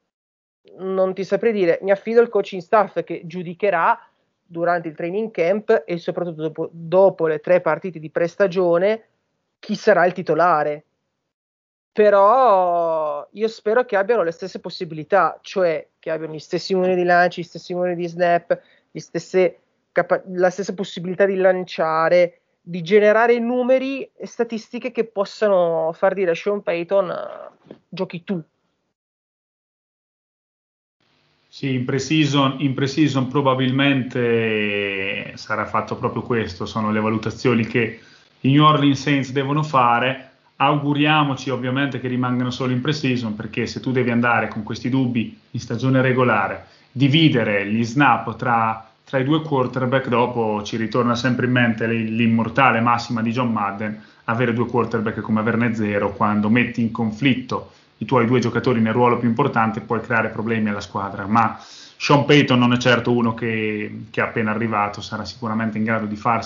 non ti saprei dire, mi affido al coaching staff che giudicherà durante il training camp e soprattutto dopo, dopo le tre partite di prestagione chi sarà il titolare. Però io spero che abbiano le stesse possibilità, cioè che abbiano gli stessi numeri di lanci, gli stessi numeri di snap, gli stesse capa- la stessa possibilità di lanciare, di generare numeri e statistiche che possano far dire a Sean Payton giochi tu. Sì, in pre-season, in pre-season probabilmente sarà fatto proprio questo, sono le valutazioni che i New Orleans Saints devono fare. Auguriamoci ovviamente che rimangano solo in pre-season, perché se tu devi andare con questi dubbi in stagione regolare, dividere gli snap tra, tra i due quarterback, dopo ci ritorna sempre in mente l'immortale massima di John Madden, avere due quarterback come averne zero, quando metti in conflitto i tuoi due giocatori nel ruolo più importante puoi creare problemi alla squadra. Ma Sean Payton non è certo uno che, che è appena arrivato, sarà sicuramente in grado di farsi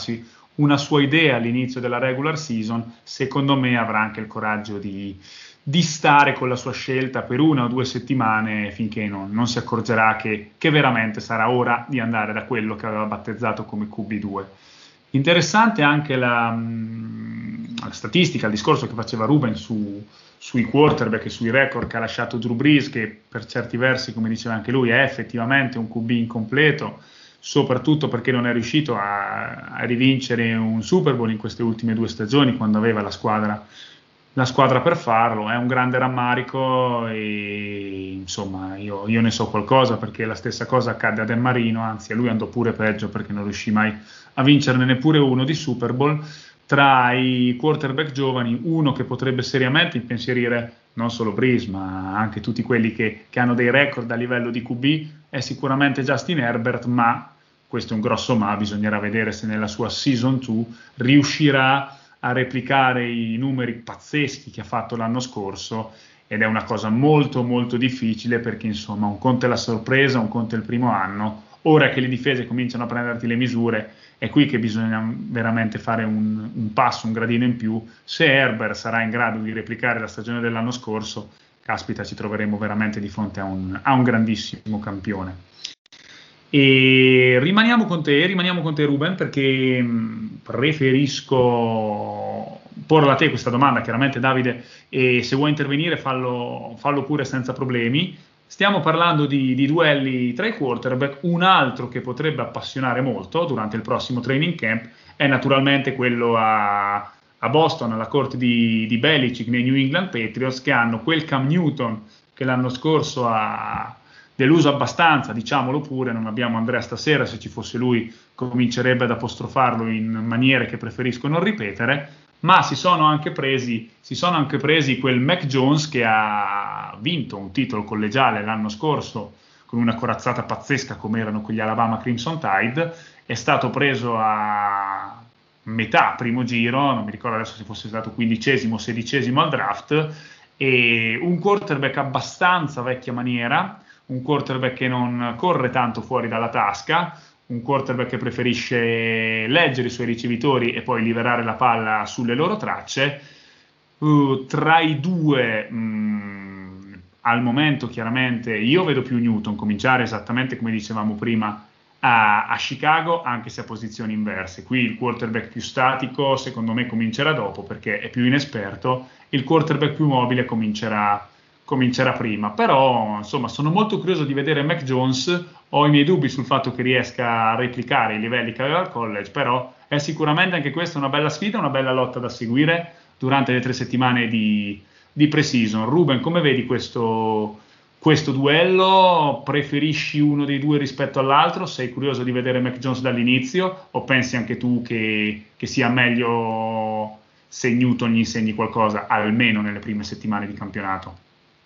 una sua idea all'inizio della regular season, secondo me avrà anche il coraggio di, di stare con la sua scelta per una o due settimane finché non, non si accorgerà che, che veramente sarà ora di andare da quello che aveva battezzato come Q B due. Interessante anche la, la statistica, il discorso che faceva Ruben su, sui quarterback e sui record che ha lasciato Drew Brees, che per certi versi, come diceva anche lui, è effettivamente un Q B incompleto, soprattutto perché non è riuscito a, a rivincere un Super Bowl in queste ultime due stagioni quando aveva la squadra, la squadra per farlo. È un grande rammarico e insomma io, io ne so qualcosa, perché la stessa cosa accadde a Dan Marino, anzi a lui andò pure peggio perché non riuscì mai a vincerne neppure uno di Super Bowl. Tra i quarterback giovani, uno che potrebbe seriamente impensierire non solo Brees ma anche tutti quelli che, che hanno dei record a livello di Q B è sicuramente Justin Herbert, ma questo è un grosso ma, bisognerà vedere se nella sua season due riuscirà a replicare i numeri pazzeschi che ha fatto l'anno scorso, ed è una cosa molto molto difficile perché insomma un conto è la sorpresa, un conto è il primo anno. Ora che le difese cominciano a prenderti le misure, è qui che bisogna veramente fare un, un passo, un gradino in più. Se Herbert sarà in grado di replicare la stagione dell'anno scorso, caspita, ci troveremo veramente di fronte a un, a un grandissimo campione. E rimaniamo con te, rimaniamo con te Ruben, perché mh, preferisco porla a te questa domanda, chiaramente Davide, e se vuoi intervenire fallo, fallo pure senza problemi. Stiamo parlando di, di duelli tra i quarterback. Un altro che potrebbe appassionare molto durante il prossimo training camp è naturalmente quello a, a Boston, alla corte di, di Belichick nei New England Patriots, che hanno quel Cam Newton che l'anno scorso ha deluso abbastanza, diciamolo pure. Non abbiamo Andrea stasera, se ci fosse lui comincerebbe ad apostrofarlo in maniere che preferisco non ripetere, ma si sono anche presi, si sono anche presi quel Mac Jones che ha vinto un titolo collegiale l'anno scorso con una corazzata pazzesca come erano quegli Alabama Crimson Tide, è stato preso a metà primo giro, non mi ricordo adesso se fosse stato quindicesimo o sedicesimo al draft, e un quarterback abbastanza vecchia maniera, un quarterback che non corre tanto fuori dalla tasca, un quarterback che preferisce leggere i suoi ricevitori e poi liberare la palla sulle loro tracce. Uh, tra i due, mh, al momento chiaramente io vedo più Newton cominciare, esattamente come dicevamo prima, a, a Chicago, anche se a posizioni inverse. Qui il quarterback più statico secondo me comincerà dopo perché è più inesperto, il quarterback più mobile comincerà comincerà prima, però insomma sono molto curioso di vedere Mac Jones. Ho i miei dubbi sul fatto che riesca a replicare i livelli che aveva al college, però è sicuramente anche questa una bella sfida, una bella lotta da seguire durante le tre settimane di, di pre-season. Ruben, come vedi questo, questo duello? Preferisci uno dei due rispetto all'altro? Sei curioso di vedere Mac Jones dall'inizio o pensi anche tu che, che sia meglio se Newton gli insegni qualcosa almeno nelle prime settimane di campionato?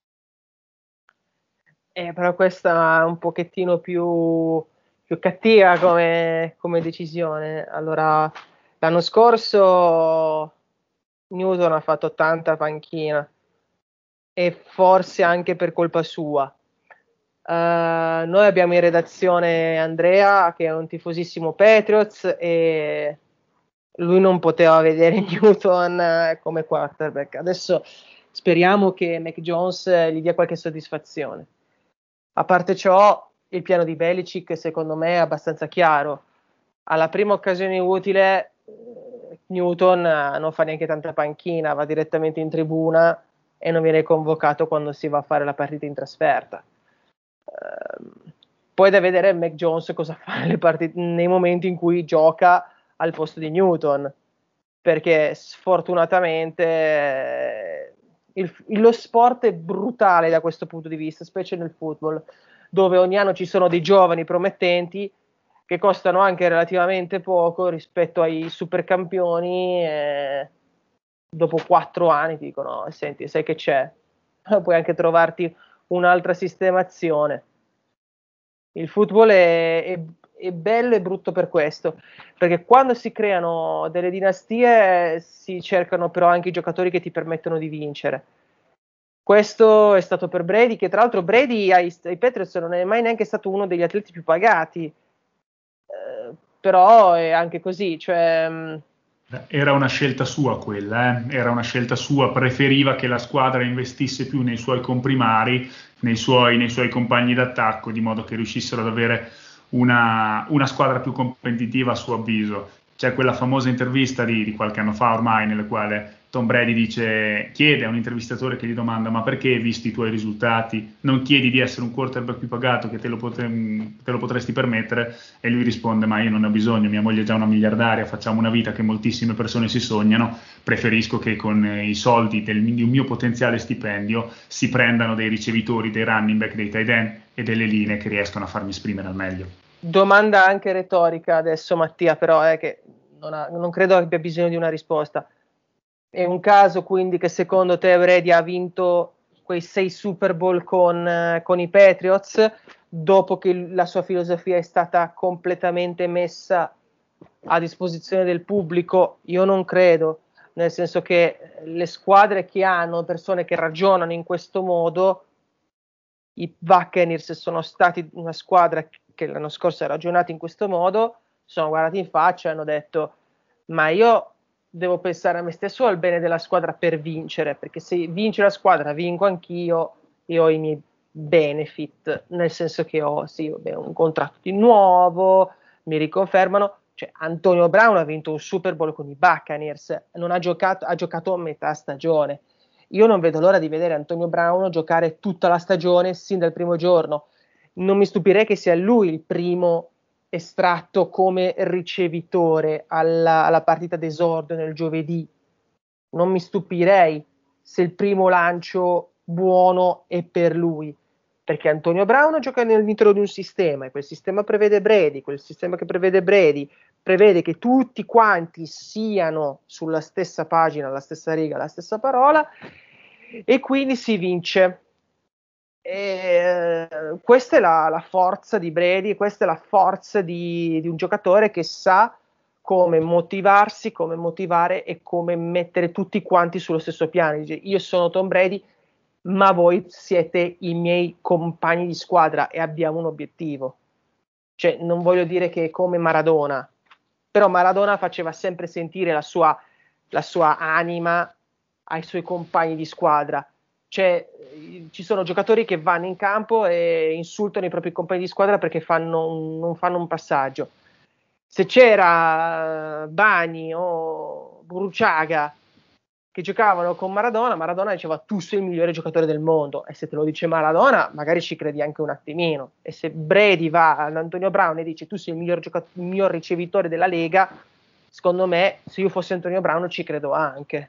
Eh, però questa è un pochettino più, più cattiva come, come decisione. Allora, l'anno scorso Newton ha fatto tanta panchina e forse anche per colpa sua. Uh, noi abbiamo in redazione Andrea che è un tifosissimo Patriots e lui non poteva vedere Newton come quarterback. Adesso speriamo che Mac Jones gli dia qualche soddisfazione. A parte ciò, il piano di Belichick secondo me è abbastanza chiaro. Alla prima occasione utile Newton non fa neanche tanta panchina, va direttamente in tribuna e non viene convocato quando si va a fare la partita in trasferta. Uh, poi da vedere Mac Jones cosa fa nelle partite, nei momenti in cui gioca al posto di Newton, perché sfortunatamente eh, il, lo sport è brutale da questo punto di vista, specie nel football, dove ogni anno ci sono dei giovani promettenti che costano anche relativamente poco rispetto ai supercampioni e dopo quattro anni ti dicono: senti, sai che c'è? Puoi anche trovarti un'altra sistemazione. Il football è, è, è bello e brutto per questo, perché quando si creano delle dinastie si cercano però anche i giocatori che ti permettono di vincere. Questo è stato per Brady, che tra l'altro Brady ai, ai Patriots non è mai neanche stato uno degli atleti più pagati, eh, però è anche così, cioè... Era una scelta sua quella, eh? Era una scelta sua, preferiva che la squadra investisse più nei suoi comprimari, nei suoi, nei suoi compagni d'attacco, di modo che riuscissero ad avere una, una squadra più competitiva a suo avviso. C'è quella famosa intervista di, di qualche anno fa ormai, nella quale Tom Brady dice, chiede a un intervistatore che gli domanda ma perché, visti i tuoi risultati, non chiedi di essere un quarterback più pagato che te lo, potre, te lo potresti permettere? E lui risponde, ma io non ne ho bisogno, mia moglie è già una miliardaria, facciamo una vita che moltissime persone si sognano, preferisco che con i soldi del, di un mio potenziale stipendio si prendano dei ricevitori, dei running back, dei tight end e delle linee che riescono a farmi esprimere al meglio. Domanda anche retorica adesso, Mattia, però è che non, ha, non credo abbia bisogno di una risposta. È un caso quindi che secondo te Brady ha vinto quei sei Super Bowl con, eh, con i Patriots dopo che la sua filosofia è stata completamente messa a disposizione del pubblico? Io non credo, nel senso che le squadre che hanno persone che ragionano in questo modo, i Buccaneers sono stati una squadra che l'anno scorso ha ragionato in questo modo, sono guardati in faccia e hanno detto ma io devo pensare a me stesso o al bene della squadra per vincere, perché se vince la squadra vinco anch'io e ho i miei benefit, nel senso che ho sì, vabbè, un contratto di nuovo, mi riconfermano, cioè Antonio Brown ha vinto un Super Bowl con i Buccaneers, non ha giocato, ha giocato a metà stagione. Io non vedo l'ora di vedere Antonio Brown giocare tutta la stagione sin dal primo giorno. Non mi stupirei che sia lui il primo estratto come ricevitore alla, alla partita d'esordio nel giovedì. Non mi stupirei se il primo lancio buono è per lui, perché Antonio Brown gioca all'interno di un sistema e quel sistema prevede Brady, quel sistema che prevede Brady prevede che tutti quanti siano sulla stessa pagina, la stessa riga, la stessa parola, e quindi si vince. E, uh, questa è la, la forza di Brady, questa è la forza di, di un giocatore che sa come motivarsi, come motivare e come mettere tutti quanti sullo stesso piano. Dice, io sono Tom Brady, ma voi siete i miei compagni di squadra e abbiamo un obiettivo. Cioè, non voglio dire che è come Maradona, però Maradona faceva sempre sentire la sua, la sua anima ai suoi compagni di squadra. Cioè, ci sono giocatori che vanno in campo e insultano i propri compagni di squadra perché fanno un, non fanno un passaggio. Se c'era Bani o Bruciaga che giocavano con Maradona, Maradona diceva tu sei il migliore giocatore del mondo, e se te lo dice Maradona magari ci credi anche un attimino, e se Brady va ad Antonio Brown e dice tu sei il miglior, giocat- il miglior ricevitore della Lega, secondo me se io fossi Antonio Brown ci credo anche.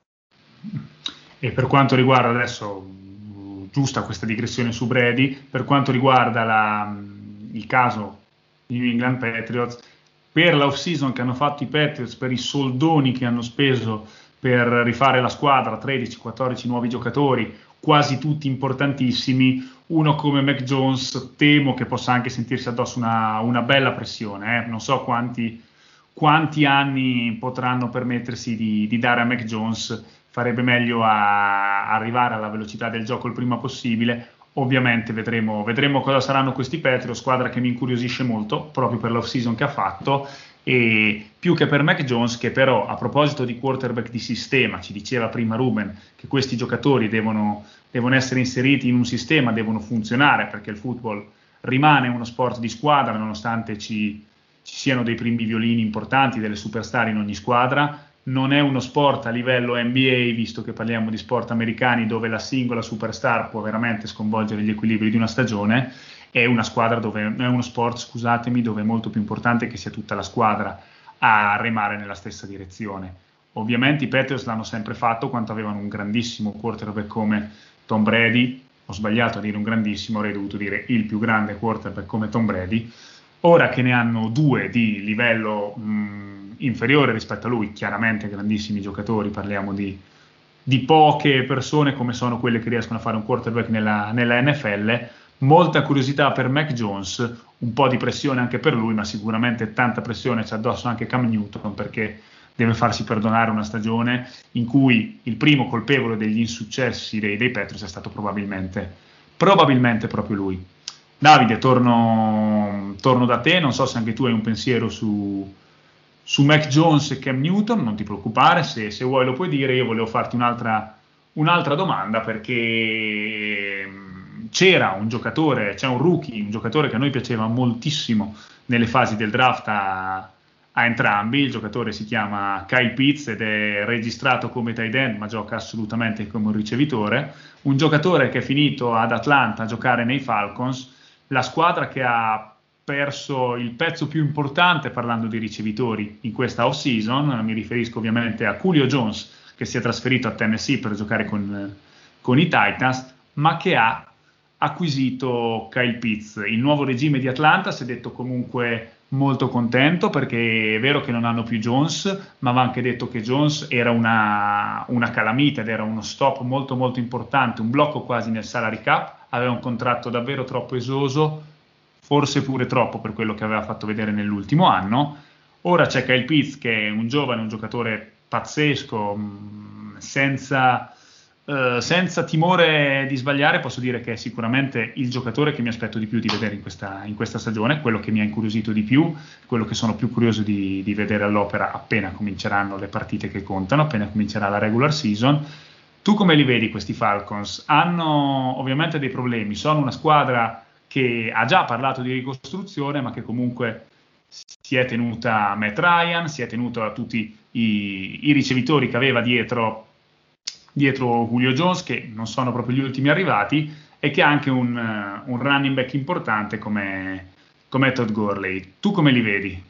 E per quanto riguarda adesso, giusta questa digressione su Brady, per quanto riguarda la, il caso New England Patriots, per l'off season che hanno fatto i Patriots, per i soldoni che hanno speso per rifare la squadra, tredici quattordici nuovi giocatori, quasi tutti importantissimi, uno come Mac Jones temo che possa anche sentirsi addosso una, una bella pressione, eh? Non so quanti, quanti anni potranno permettersi di, di dare a Mac Jones, farebbe meglio a, a arrivare alla velocità del gioco il prima possibile. Ovviamente vedremo, vedremo cosa saranno questi Patriots, squadra che mi incuriosisce molto proprio per l'off season che ha fatto, e più che per Mac Jones, che però a proposito di quarterback di sistema, ci diceva prima Ruben che questi giocatori devono, devono essere inseriti in un sistema, devono funzionare, perché il football rimane uno sport di squadra nonostante ci, ci siano dei primi violini importanti, delle superstar in ogni squadra. Non è uno sport a livello N B A, visto che parliamo di sport americani dove la singola superstar può veramente sconvolgere gli equilibri di una stagione. È una squadra dove è uno sport, scusatemi, dove è molto più importante che sia tutta la squadra a remare nella stessa direzione. Ovviamente i Patriots l'hanno sempre fatto quando avevano un grandissimo quarterback come Tom Brady. Ho sbagliato a dire un grandissimo, avrei dovuto dire il più grande quarterback come Tom Brady. Ora che ne hanno due di livello mh, inferiore rispetto a lui, chiaramente grandissimi giocatori, parliamo di, di poche persone come sono quelle che riescono a fare un quarterback nella, nella N F L. Molta curiosità per Mac Jones, un po' di pressione anche per lui, ma sicuramente tanta pressione c'è addosso anche Cam Newton, perché deve farsi perdonare una stagione in cui il primo colpevole degli insuccessi dei, dei Patriots è stato probabilmente, probabilmente proprio lui. Davide, torno, torno da te, non so se anche tu hai un pensiero su, su Mac Jones e Cam Newton, non ti preoccupare, se, se vuoi lo puoi dire. Io volevo farti un'altra, un'altra domanda, perché c'era un giocatore, c'è un rookie, un giocatore che a noi piaceva moltissimo nelle fasi del draft a, a entrambi. Il giocatore si chiama Kyle Pitts ed è registrato come tight end, ma gioca assolutamente come un ricevitore. Un giocatore che è finito ad Atlanta a giocare nei Falcons, la squadra che ha perso il pezzo più importante parlando di ricevitori in questa off-season. Mi riferisco ovviamente a Julio Jones, che si è trasferito a Tennessee per giocare con, con i Titans, ma che ha acquisito Kyle Pitts. Il nuovo regime di Atlanta si è detto comunque molto contento, perché è vero che non hanno più Jones, ma va anche detto che Jones era una, una calamita ed era uno stop molto molto importante, un blocco quasi nel salary cap. Aveva un contratto davvero troppo esoso, forse pure troppo per quello che aveva fatto vedere nell'ultimo anno. Ora c'è Kyle Pitts, che è un giovane, un giocatore pazzesco, senza, eh, senza timore di sbagliare. Posso dire che è sicuramente il giocatore che mi aspetto di più di vedere in questa, in questa stagione, quello che mi ha incuriosito di più, quello che sono più curioso di, di vedere all'opera appena cominceranno le partite che contano, appena comincerà la regular season. Tu come li vedi questi Falcons? Hanno ovviamente dei problemi, sono una squadra che ha già parlato di ricostruzione, ma che comunque si è tenuta a Matt Ryan, si è tenuto a tutti i, i ricevitori che aveva dietro, dietro Julio Jones, che non sono proprio gli ultimi arrivati, e che ha anche un, uh, un running back importante come, come Todd Gurley. Tu come li vedi?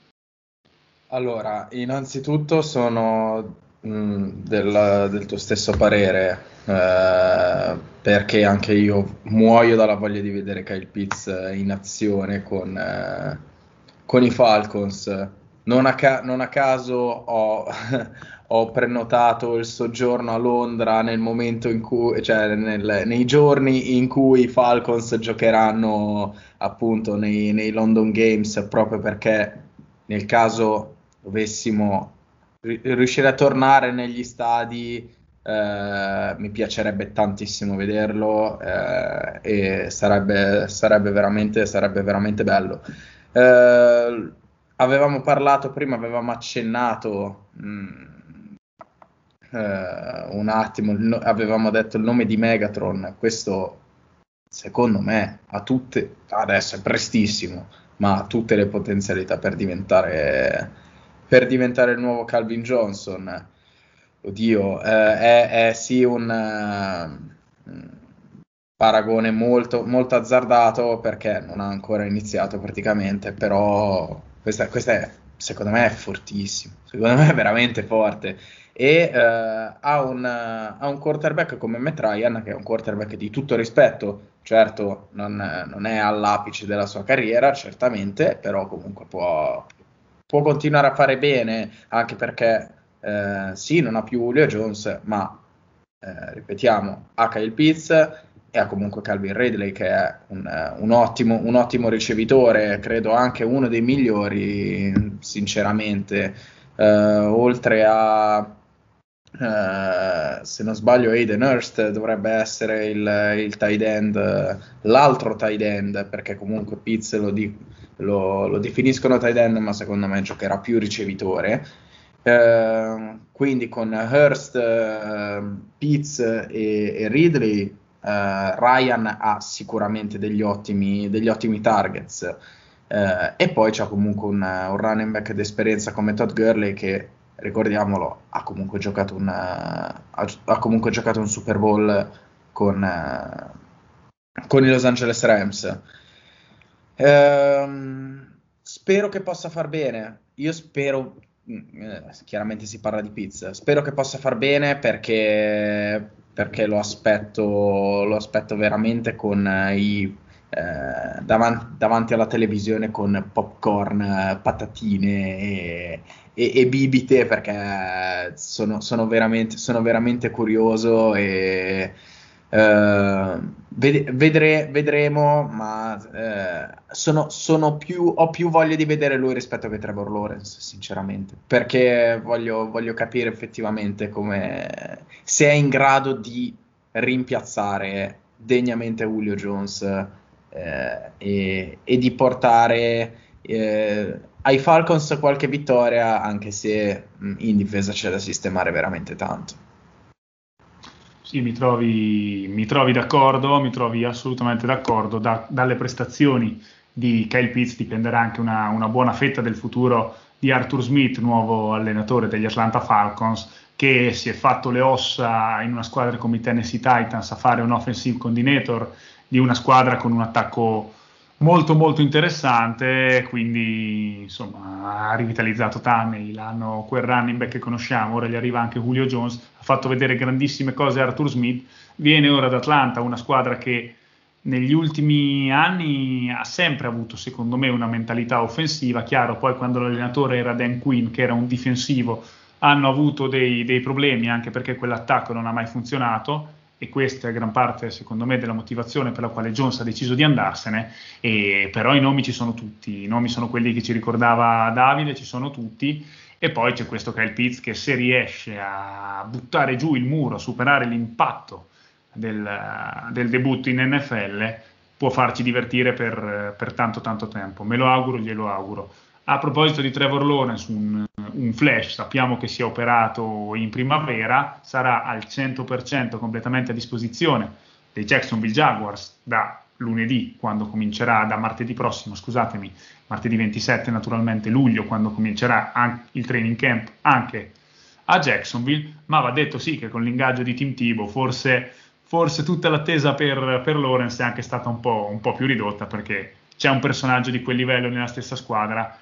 Allora, innanzitutto sono mh, del, del tuo stesso parere, eh, perché anche io muoio dalla voglia di vedere Kyle Pitts in azione con, eh, con i Falcons. Non a, ca- non a caso ho, ho prenotato il soggiorno a Londra nel momento in cui, cioè nel, nei giorni in cui i Falcons giocheranno appunto nei, nei London Games, proprio perché nel caso dovessimo ri- riuscire a tornare negli stadi, eh, mi piacerebbe tantissimo vederlo, eh, e sarebbe, sarebbe veramente, sarebbe veramente bello. Eh, avevamo parlato prima, avevamo accennato mh, eh, un attimo, il no- avevamo detto il nome di Megatron. Questo secondo me ha tutte, adesso è prestissimo, ma ha tutte le potenzialità per diventare, per diventare il nuovo Calvin Johnson. Oddio, eh, è, è sì un eh, paragone molto, molto azzardato, perché non ha ancora iniziato praticamente, però questa, questa è, secondo me è fortissimo, secondo me è veramente forte. E eh, ha, un, ha un quarterback come Matt Ryan, che è un quarterback di tutto rispetto. Certo, non, non è all'apice della sua carriera, certamente, però comunque può, può continuare a fare bene, anche perché eh, sì, non ha più Julio Jones, ma eh, ripetiamo, ha Kyle Pitts e ha comunque Calvin Ridley, che è un, un, ottimo, un ottimo ricevitore, credo anche uno dei migliori, sinceramente, eh, oltre a... Uh, se non sbaglio Hayden Hurst dovrebbe essere il, il tight end, l'altro tight end, perché comunque Pitts lo, di, lo, lo definiscono tight end, ma secondo me giocherà più ricevitore. Uh, quindi con Hurst, uh, Pitts e, e Ridley, uh, Ryan ha sicuramente degli ottimi, degli ottimi targets, uh, e poi c'ha comunque un, un running back d'esperienza come Todd Gurley, che ricordiamolo, ha comunque giocato un, ha, ha comunque giocato un Super Bowl con, uh, con i Los Angeles Rams. Ehm, spero che possa far bene. Io spero, eh, chiaramente si parla di Pitts, spero che possa far bene, perché, perché lo aspetto, lo aspetto veramente con i Eh, davanti, davanti alla televisione con popcorn, patatine e, e, e bibite, perché sono, sono, veramente, sono veramente curioso e eh, ved- vedre- vedremo, ma eh, sono, sono più, ho più voglia di vedere lui rispetto che Trevor Lawrence, sinceramente, perché voglio, voglio capire effettivamente come, se è in grado di rimpiazzare degnamente Julio Jones eh, e, e di portare eh, ai Falcons qualche vittoria, anche se mh, in difesa c'è da sistemare veramente tanto. Sì, mi trovi, mi trovi d'accordo, mi trovi assolutamente d'accordo. Da, dalle prestazioni di Kyle Pitts dipenderà anche una, una buona fetta del futuro di Arthur Smith, nuovo allenatore degli Atlanta Falcons, che si è fatto le ossa in una squadra come i Tennessee Titans a fare un offensive coordinator di una squadra con un attacco molto molto interessante, quindi insomma ha rivitalizzato Tannehill, hanno quel running back che conosciamo, ora gli arriva anche Julio Jones, ha fatto vedere grandissime cose Arthur Smith, viene ora da Atlanta, una squadra che negli ultimi anni ha sempre avuto secondo me una mentalità offensiva, chiaro poi quando l'allenatore era Dan Quinn che era un difensivo hanno avuto dei, dei problemi anche perché quell'attacco non ha mai funzionato, e questa è gran parte secondo me della motivazione per la quale Jones ha deciso di andarsene, e però i nomi ci sono tutti, i nomi sono quelli che ci ricordava Davide, ci sono tutti, e poi c'è questo Kyle Pitts che se riesce a buttare giù il muro, a superare l'impatto del, del debutto in N F L, può farci divertire per, per tanto tanto tempo, me lo auguro, glielo auguro. A proposito di Trevor Lawrence, un, un flash, sappiamo che si è operato in primavera, sarà al cento per cento completamente a disposizione dei Jacksonville Jaguars da lunedì, quando comincerà, da martedì prossimo, scusatemi, martedì ventisette naturalmente luglio, quando comincerà anche il training camp anche a Jacksonville, ma va detto sì che con l'ingaggio di Tim Tebow forse, forse tutta l'attesa per, per Lawrence è anche stata un po', un po' più ridotta, perché c'è un personaggio di quel livello nella stessa squadra,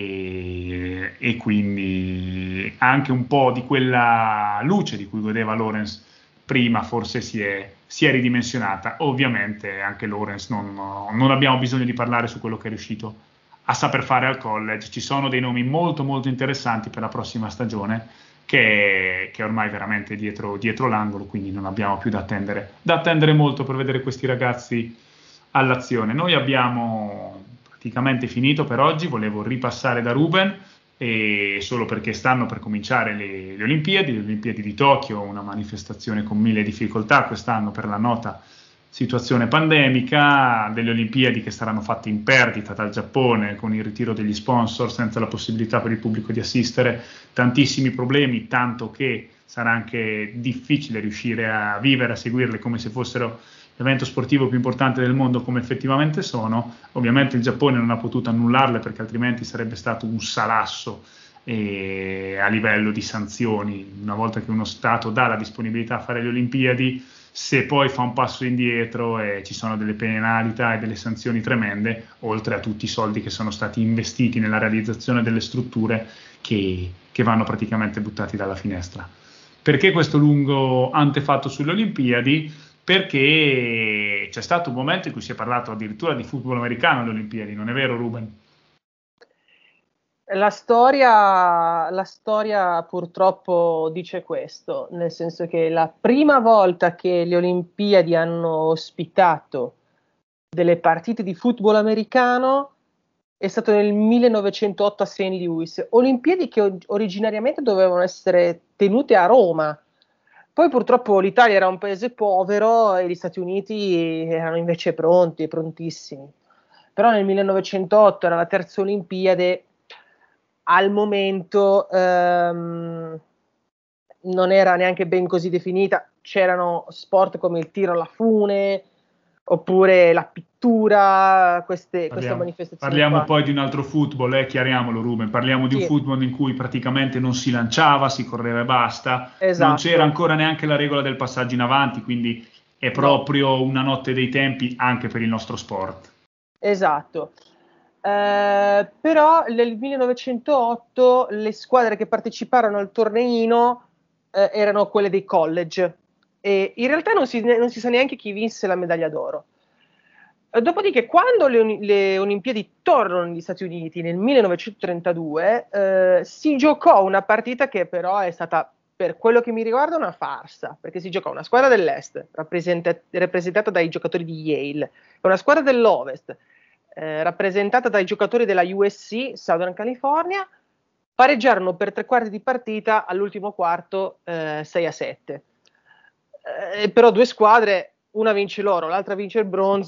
E, e quindi anche un po' di quella luce di cui godeva Lawrence prima forse si è, si è ridimensionata. Ovviamente anche Lawrence non, non abbiamo bisogno di parlare su quello che è riuscito a saper fare al college, ci sono dei nomi molto molto interessanti per la prossima stagione che, che è ormai veramente dietro, dietro l'angolo, quindi non abbiamo più da attendere, da attendere molto per vedere questi ragazzi all'azione. Noi abbiamo praticamente finito per oggi, volevo ripassare da Ruben, e solo perché stanno per cominciare le, le Olimpiadi, le Olimpiadi di Tokyo, una manifestazione con mille difficoltà quest'anno per la nota situazione pandemica, delle Olimpiadi che saranno fatte in perdita dal Giappone con il ritiro degli sponsor, senza la possibilità per il pubblico di assistere, tantissimi problemi, tanto che sarà anche difficile riuscire a vivere, a seguirle come se fossero l'evento sportivo più importante del mondo, come effettivamente sono. Ovviamente il Giappone non ha potuto annullarle perché altrimenti sarebbe stato un salasso eh, a livello di sanzioni. Una volta che uno Stato dà la disponibilità a fare le Olimpiadi, se poi fa un passo indietro eh, ci sono delle penalità e delle sanzioni tremende, oltre a tutti i soldi che sono stati investiti nella realizzazione delle strutture che, che vanno praticamente buttati dalla finestra. Perché questo lungo antefatto sulle Olimpiadi? Perché c'è stato un momento in cui si è parlato addirittura di football americano alle Olimpiadi, non è vero Ruben? La storia, la storia purtroppo dice questo, nel senso che la prima volta che le Olimpiadi hanno ospitato delle partite di football americano è stato nel millenovecentotto a Saint Louis, Olimpiadi che originariamente dovevano essere tenute a Roma. Poi purtroppo l'Italia era un paese povero e gli Stati Uniti erano invece pronti, prontissimi. Però nel millenovecentotto era la terza Olimpiade, al momento ehm, non era neanche ben così definita, c'erano sport come il tiro alla fune, oppure la pittura, queste, parliamo, queste manifestazioni Parliamo qua. poi di un altro football, eh, chiariamolo Ruben, parliamo di Sì. un football in cui praticamente non si lanciava, si correva e basta, Esatto. Non c'era ancora neanche la regola del passaggio in avanti, quindi è proprio no. Una notte dei tempi anche per il nostro sport. Esatto. Eh, però nel millenovecentotto le squadre che parteciparono al torneino eh, erano quelle dei college, e in realtà non si, non si sa neanche chi vinse la medaglia d'oro. Eh, dopodiché, quando le, le Olimpiadi tornano negli Stati Uniti nel millenovecentotrentadue, eh, si giocò una partita che però è stata, per quello che mi riguarda, una farsa, perché si giocò una squadra dell'est rappresentata dai giocatori di Yale e una squadra dell'ovest Eh, rappresentata dai giocatori della U S C, Southern California, pareggiarono per tre quarti di partita, all'ultimo quarto eh, sei a sette. Eh, però due squadre, una vince l'oro, l'altra vince il bronzo,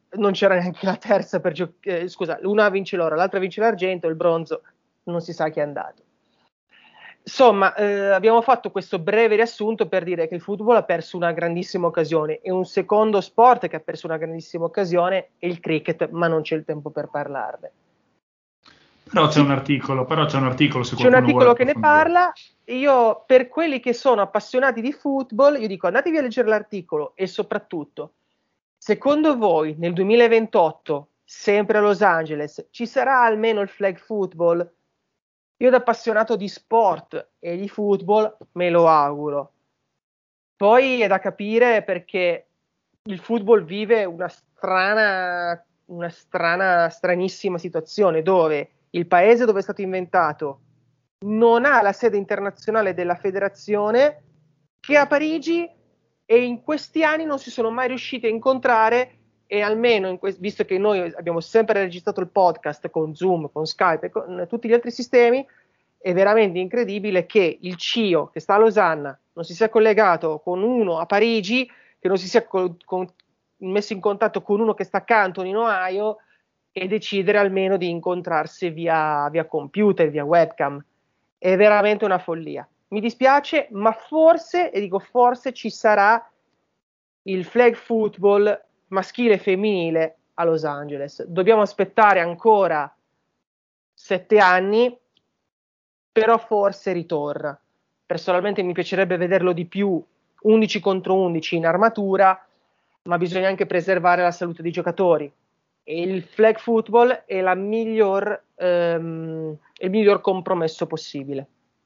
non c'era neanche la terza per gio- eh, scusa, una vince l'oro, l'altra vince l'argento, il bronzo non si sa chi è andato. Insomma, eh, abbiamo fatto questo breve riassunto per dire che il football ha perso una grandissima occasione, e un secondo sport che ha perso una grandissima occasione è il cricket, ma non c'è il tempo per parlarne. Però c'è un articolo, però c'è un articolo se C'è un qualcuno articolo vuole che ne parla. Io, per quelli che sono appassionati di football, io dico andatevi a leggere l'articolo, e soprattutto, secondo voi nel duemilaventotto, sempre a Los Angeles, ci sarà almeno il flag football? Io da appassionato di sport e di football me lo auguro. Poi è da capire, perché il football vive una strana, una strana, stranissima situazione dove il paese dove è stato inventato non ha la sede internazionale della federazione, che è a Parigi, e in questi anni non si sono mai riusciti a incontrare, e almeno in que- visto che noi abbiamo sempre registrato il podcast con Zoom, con Skype e con tutti gli altri sistemi, è veramente incredibile che il C I O che sta a Losanna non si sia collegato con uno a Parigi, che non si sia co- con- messo in contatto con uno che sta a Canton in Ohio, e decidere almeno di incontrarsi via, via computer, via webcam. È veramente una follia. Mi dispiace, ma forse, e dico forse, ci sarà il flag football maschile e femminile a Los Angeles. Dobbiamo aspettare ancora sette anni, però forse ritorna. Personalmente mi piacerebbe vederlo di più undici contro undici in armatura, ma bisogna anche preservare la salute dei giocatori. E il flag football è la miglior, ehm, il miglior compromesso possibile.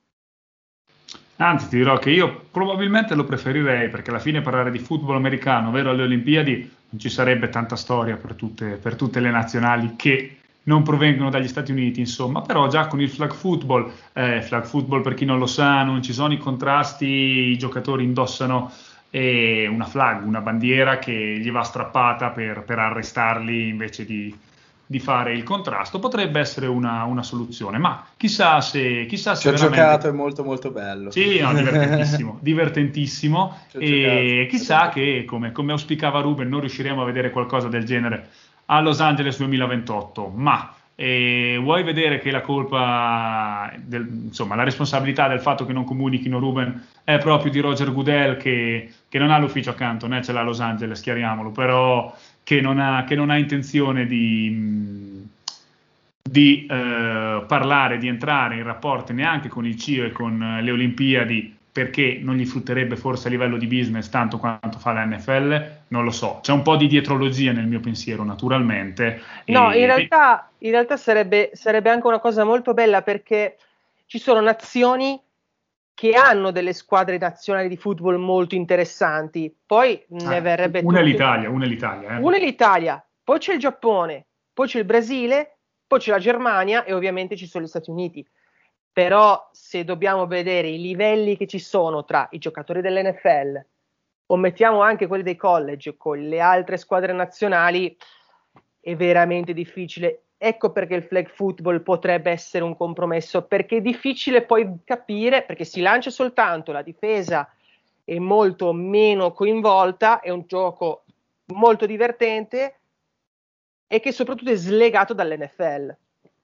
Anzi, ti dirò che io probabilmente lo preferirei, perché alla fine parlare di football americano, vero, alle Olimpiadi, non ci sarebbe tanta storia per tutte, per tutte le nazionali che non provengono dagli Stati Uniti, insomma. Però già con il flag football, eh, flag football per chi non lo sa, non ci sono i contrasti, i giocatori indossano eh, una flag, una bandiera che gli va strappata per, per arrestarli invece di, di fare il contrasto. Potrebbe essere una, una soluzione, ma chissà se, chissà se Ci ho veramente... giocato, è molto molto bello. Sì, no, divertentissimo, divertentissimo. E giocato, chissà che, come, come auspicava Ruben, non riusciremo a vedere qualcosa del genere a Los Angeles duemilaventotto. Ma eh, vuoi vedere che la colpa, del, insomma, la responsabilità del fatto che non comunichino Ruben è proprio di Roger Goodell, che, che non ha l'ufficio accanto, né ce l'ha a Los Angeles, chiariamolo, però che non ha, che non ha intenzione di... di eh, parlare, di entrare in rapporti neanche con il C I O e con eh, le Olimpiadi, perché non gli frutterebbe forse a livello di business tanto quanto fa la N F L, non lo so. C'è un po' di dietrologia nel mio pensiero, naturalmente. No, e... in realtà, in realtà sarebbe, sarebbe anche una cosa molto bella, perché ci sono nazioni che hanno delle squadre nazionali di football molto interessanti. Poi ne Ah, verrebbe una è tutto... l'Italia, una è l'Italia. Eh. Una è l'Italia, poi c'è il Giappone, poi c'è il Brasile, poi c'è la Germania e ovviamente ci sono gli Stati Uniti. Però se dobbiamo vedere i livelli che ci sono tra i giocatori dell'N F L, o mettiamo anche quelli dei college con le altre squadre nazionali, è veramente difficile. Ecco perché il flag football potrebbe essere un compromesso, perché è difficile poi capire, perché si lancia soltanto la difesa, è molto meno coinvolta, è un gioco molto divertente e che soprattutto è slegato dall'N F L.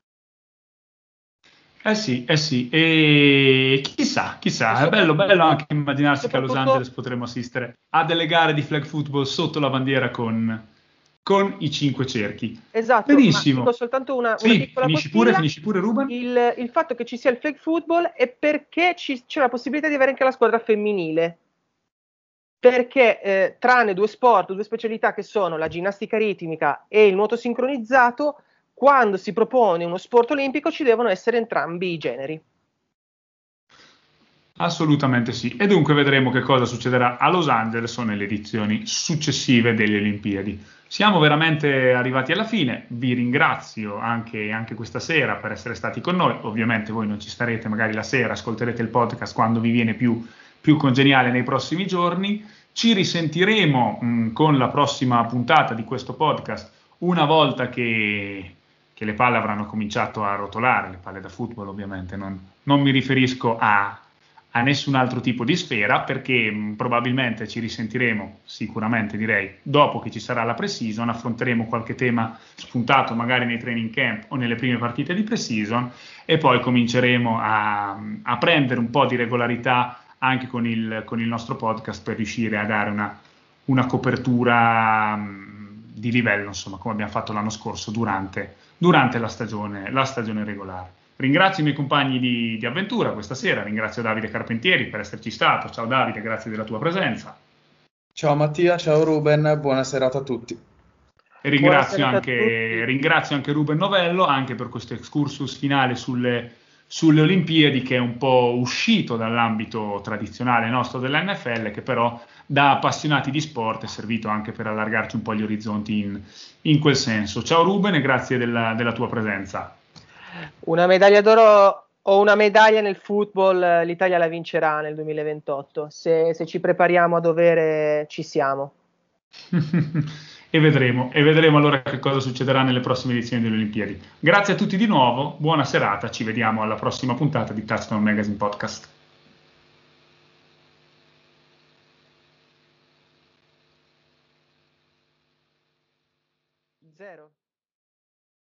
Eh sì, eh sì, e chissà, chissà, è bello, bello anche immaginarsi che a Los Angeles potremo assistere a delle gare di flag football sotto la bandiera con, con i cinque cerchi. Esatto, benissimo. Ma dico soltanto una, sì, una piccola finisci postilla. pure, finisci pure Ruben. Il, il fatto che ci sia il flag football è perché ci, c'è la possibilità di avere anche la squadra femminile. Perché eh, tranne due sport, due specialità che sono la ginnastica ritmica e il nuoto sincronizzato, quando si propone uno sport olimpico ci devono essere entrambi i generi. Assolutamente sì, e dunque vedremo che cosa succederà a Los Angeles o nelle edizioni successive delle Olimpiadi. Siamo veramente arrivati alla fine, vi ringrazio anche, anche questa sera per essere stati con noi. Ovviamente voi non ci starete magari la sera, ascolterete il podcast quando vi viene più, più congeniale nei prossimi giorni. Ci risentiremo mh, con la prossima puntata di questo podcast una volta che... che le palle avranno cominciato a rotolare, le palle da football ovviamente, non, non mi riferisco a, a nessun altro tipo di sfera, perché mh, probabilmente ci risentiremo, sicuramente direi, dopo che ci sarà la pre-season, affronteremo qualche tema spuntato magari nei training camp o nelle prime partite di pre-season, e poi cominceremo a, a prendere un po' di regolarità anche con il, con il nostro podcast, per riuscire a dare una, una copertura mh, di livello, insomma, come abbiamo fatto l'anno scorso durante, durante la stagione, la stagione regolare. Ringrazio i miei compagni di, di avventura questa sera, ringrazio Davide Carpentieri per esserci stato. Ciao Davide, grazie della tua presenza. Ciao Mattia, ciao Ruben, buona serata a tutti. E ringrazio anche, ringrazio anche Ruben Novello anche per questo excursus finale sulle, sulle Olimpiadi, che è un po' uscito dall'ambito tradizionale nostro dell'N F L, che però da appassionati di sport è servito anche per allargarci un po' gli orizzonti in, in quel senso. Ciao Ruben e grazie della, della tua presenza. Una medaglia d'oro o una medaglia nel football l'Italia la vincerà nel duemilaventotto. Se, se ci prepariamo a dovere, ci siamo. e vedremo, e vedremo allora che cosa succederà nelle prossime edizioni delle Olimpiadi. Grazie a tutti di nuovo, buona serata, ci vediamo alla prossima puntata di Touchdown Magazine Podcast. Zero.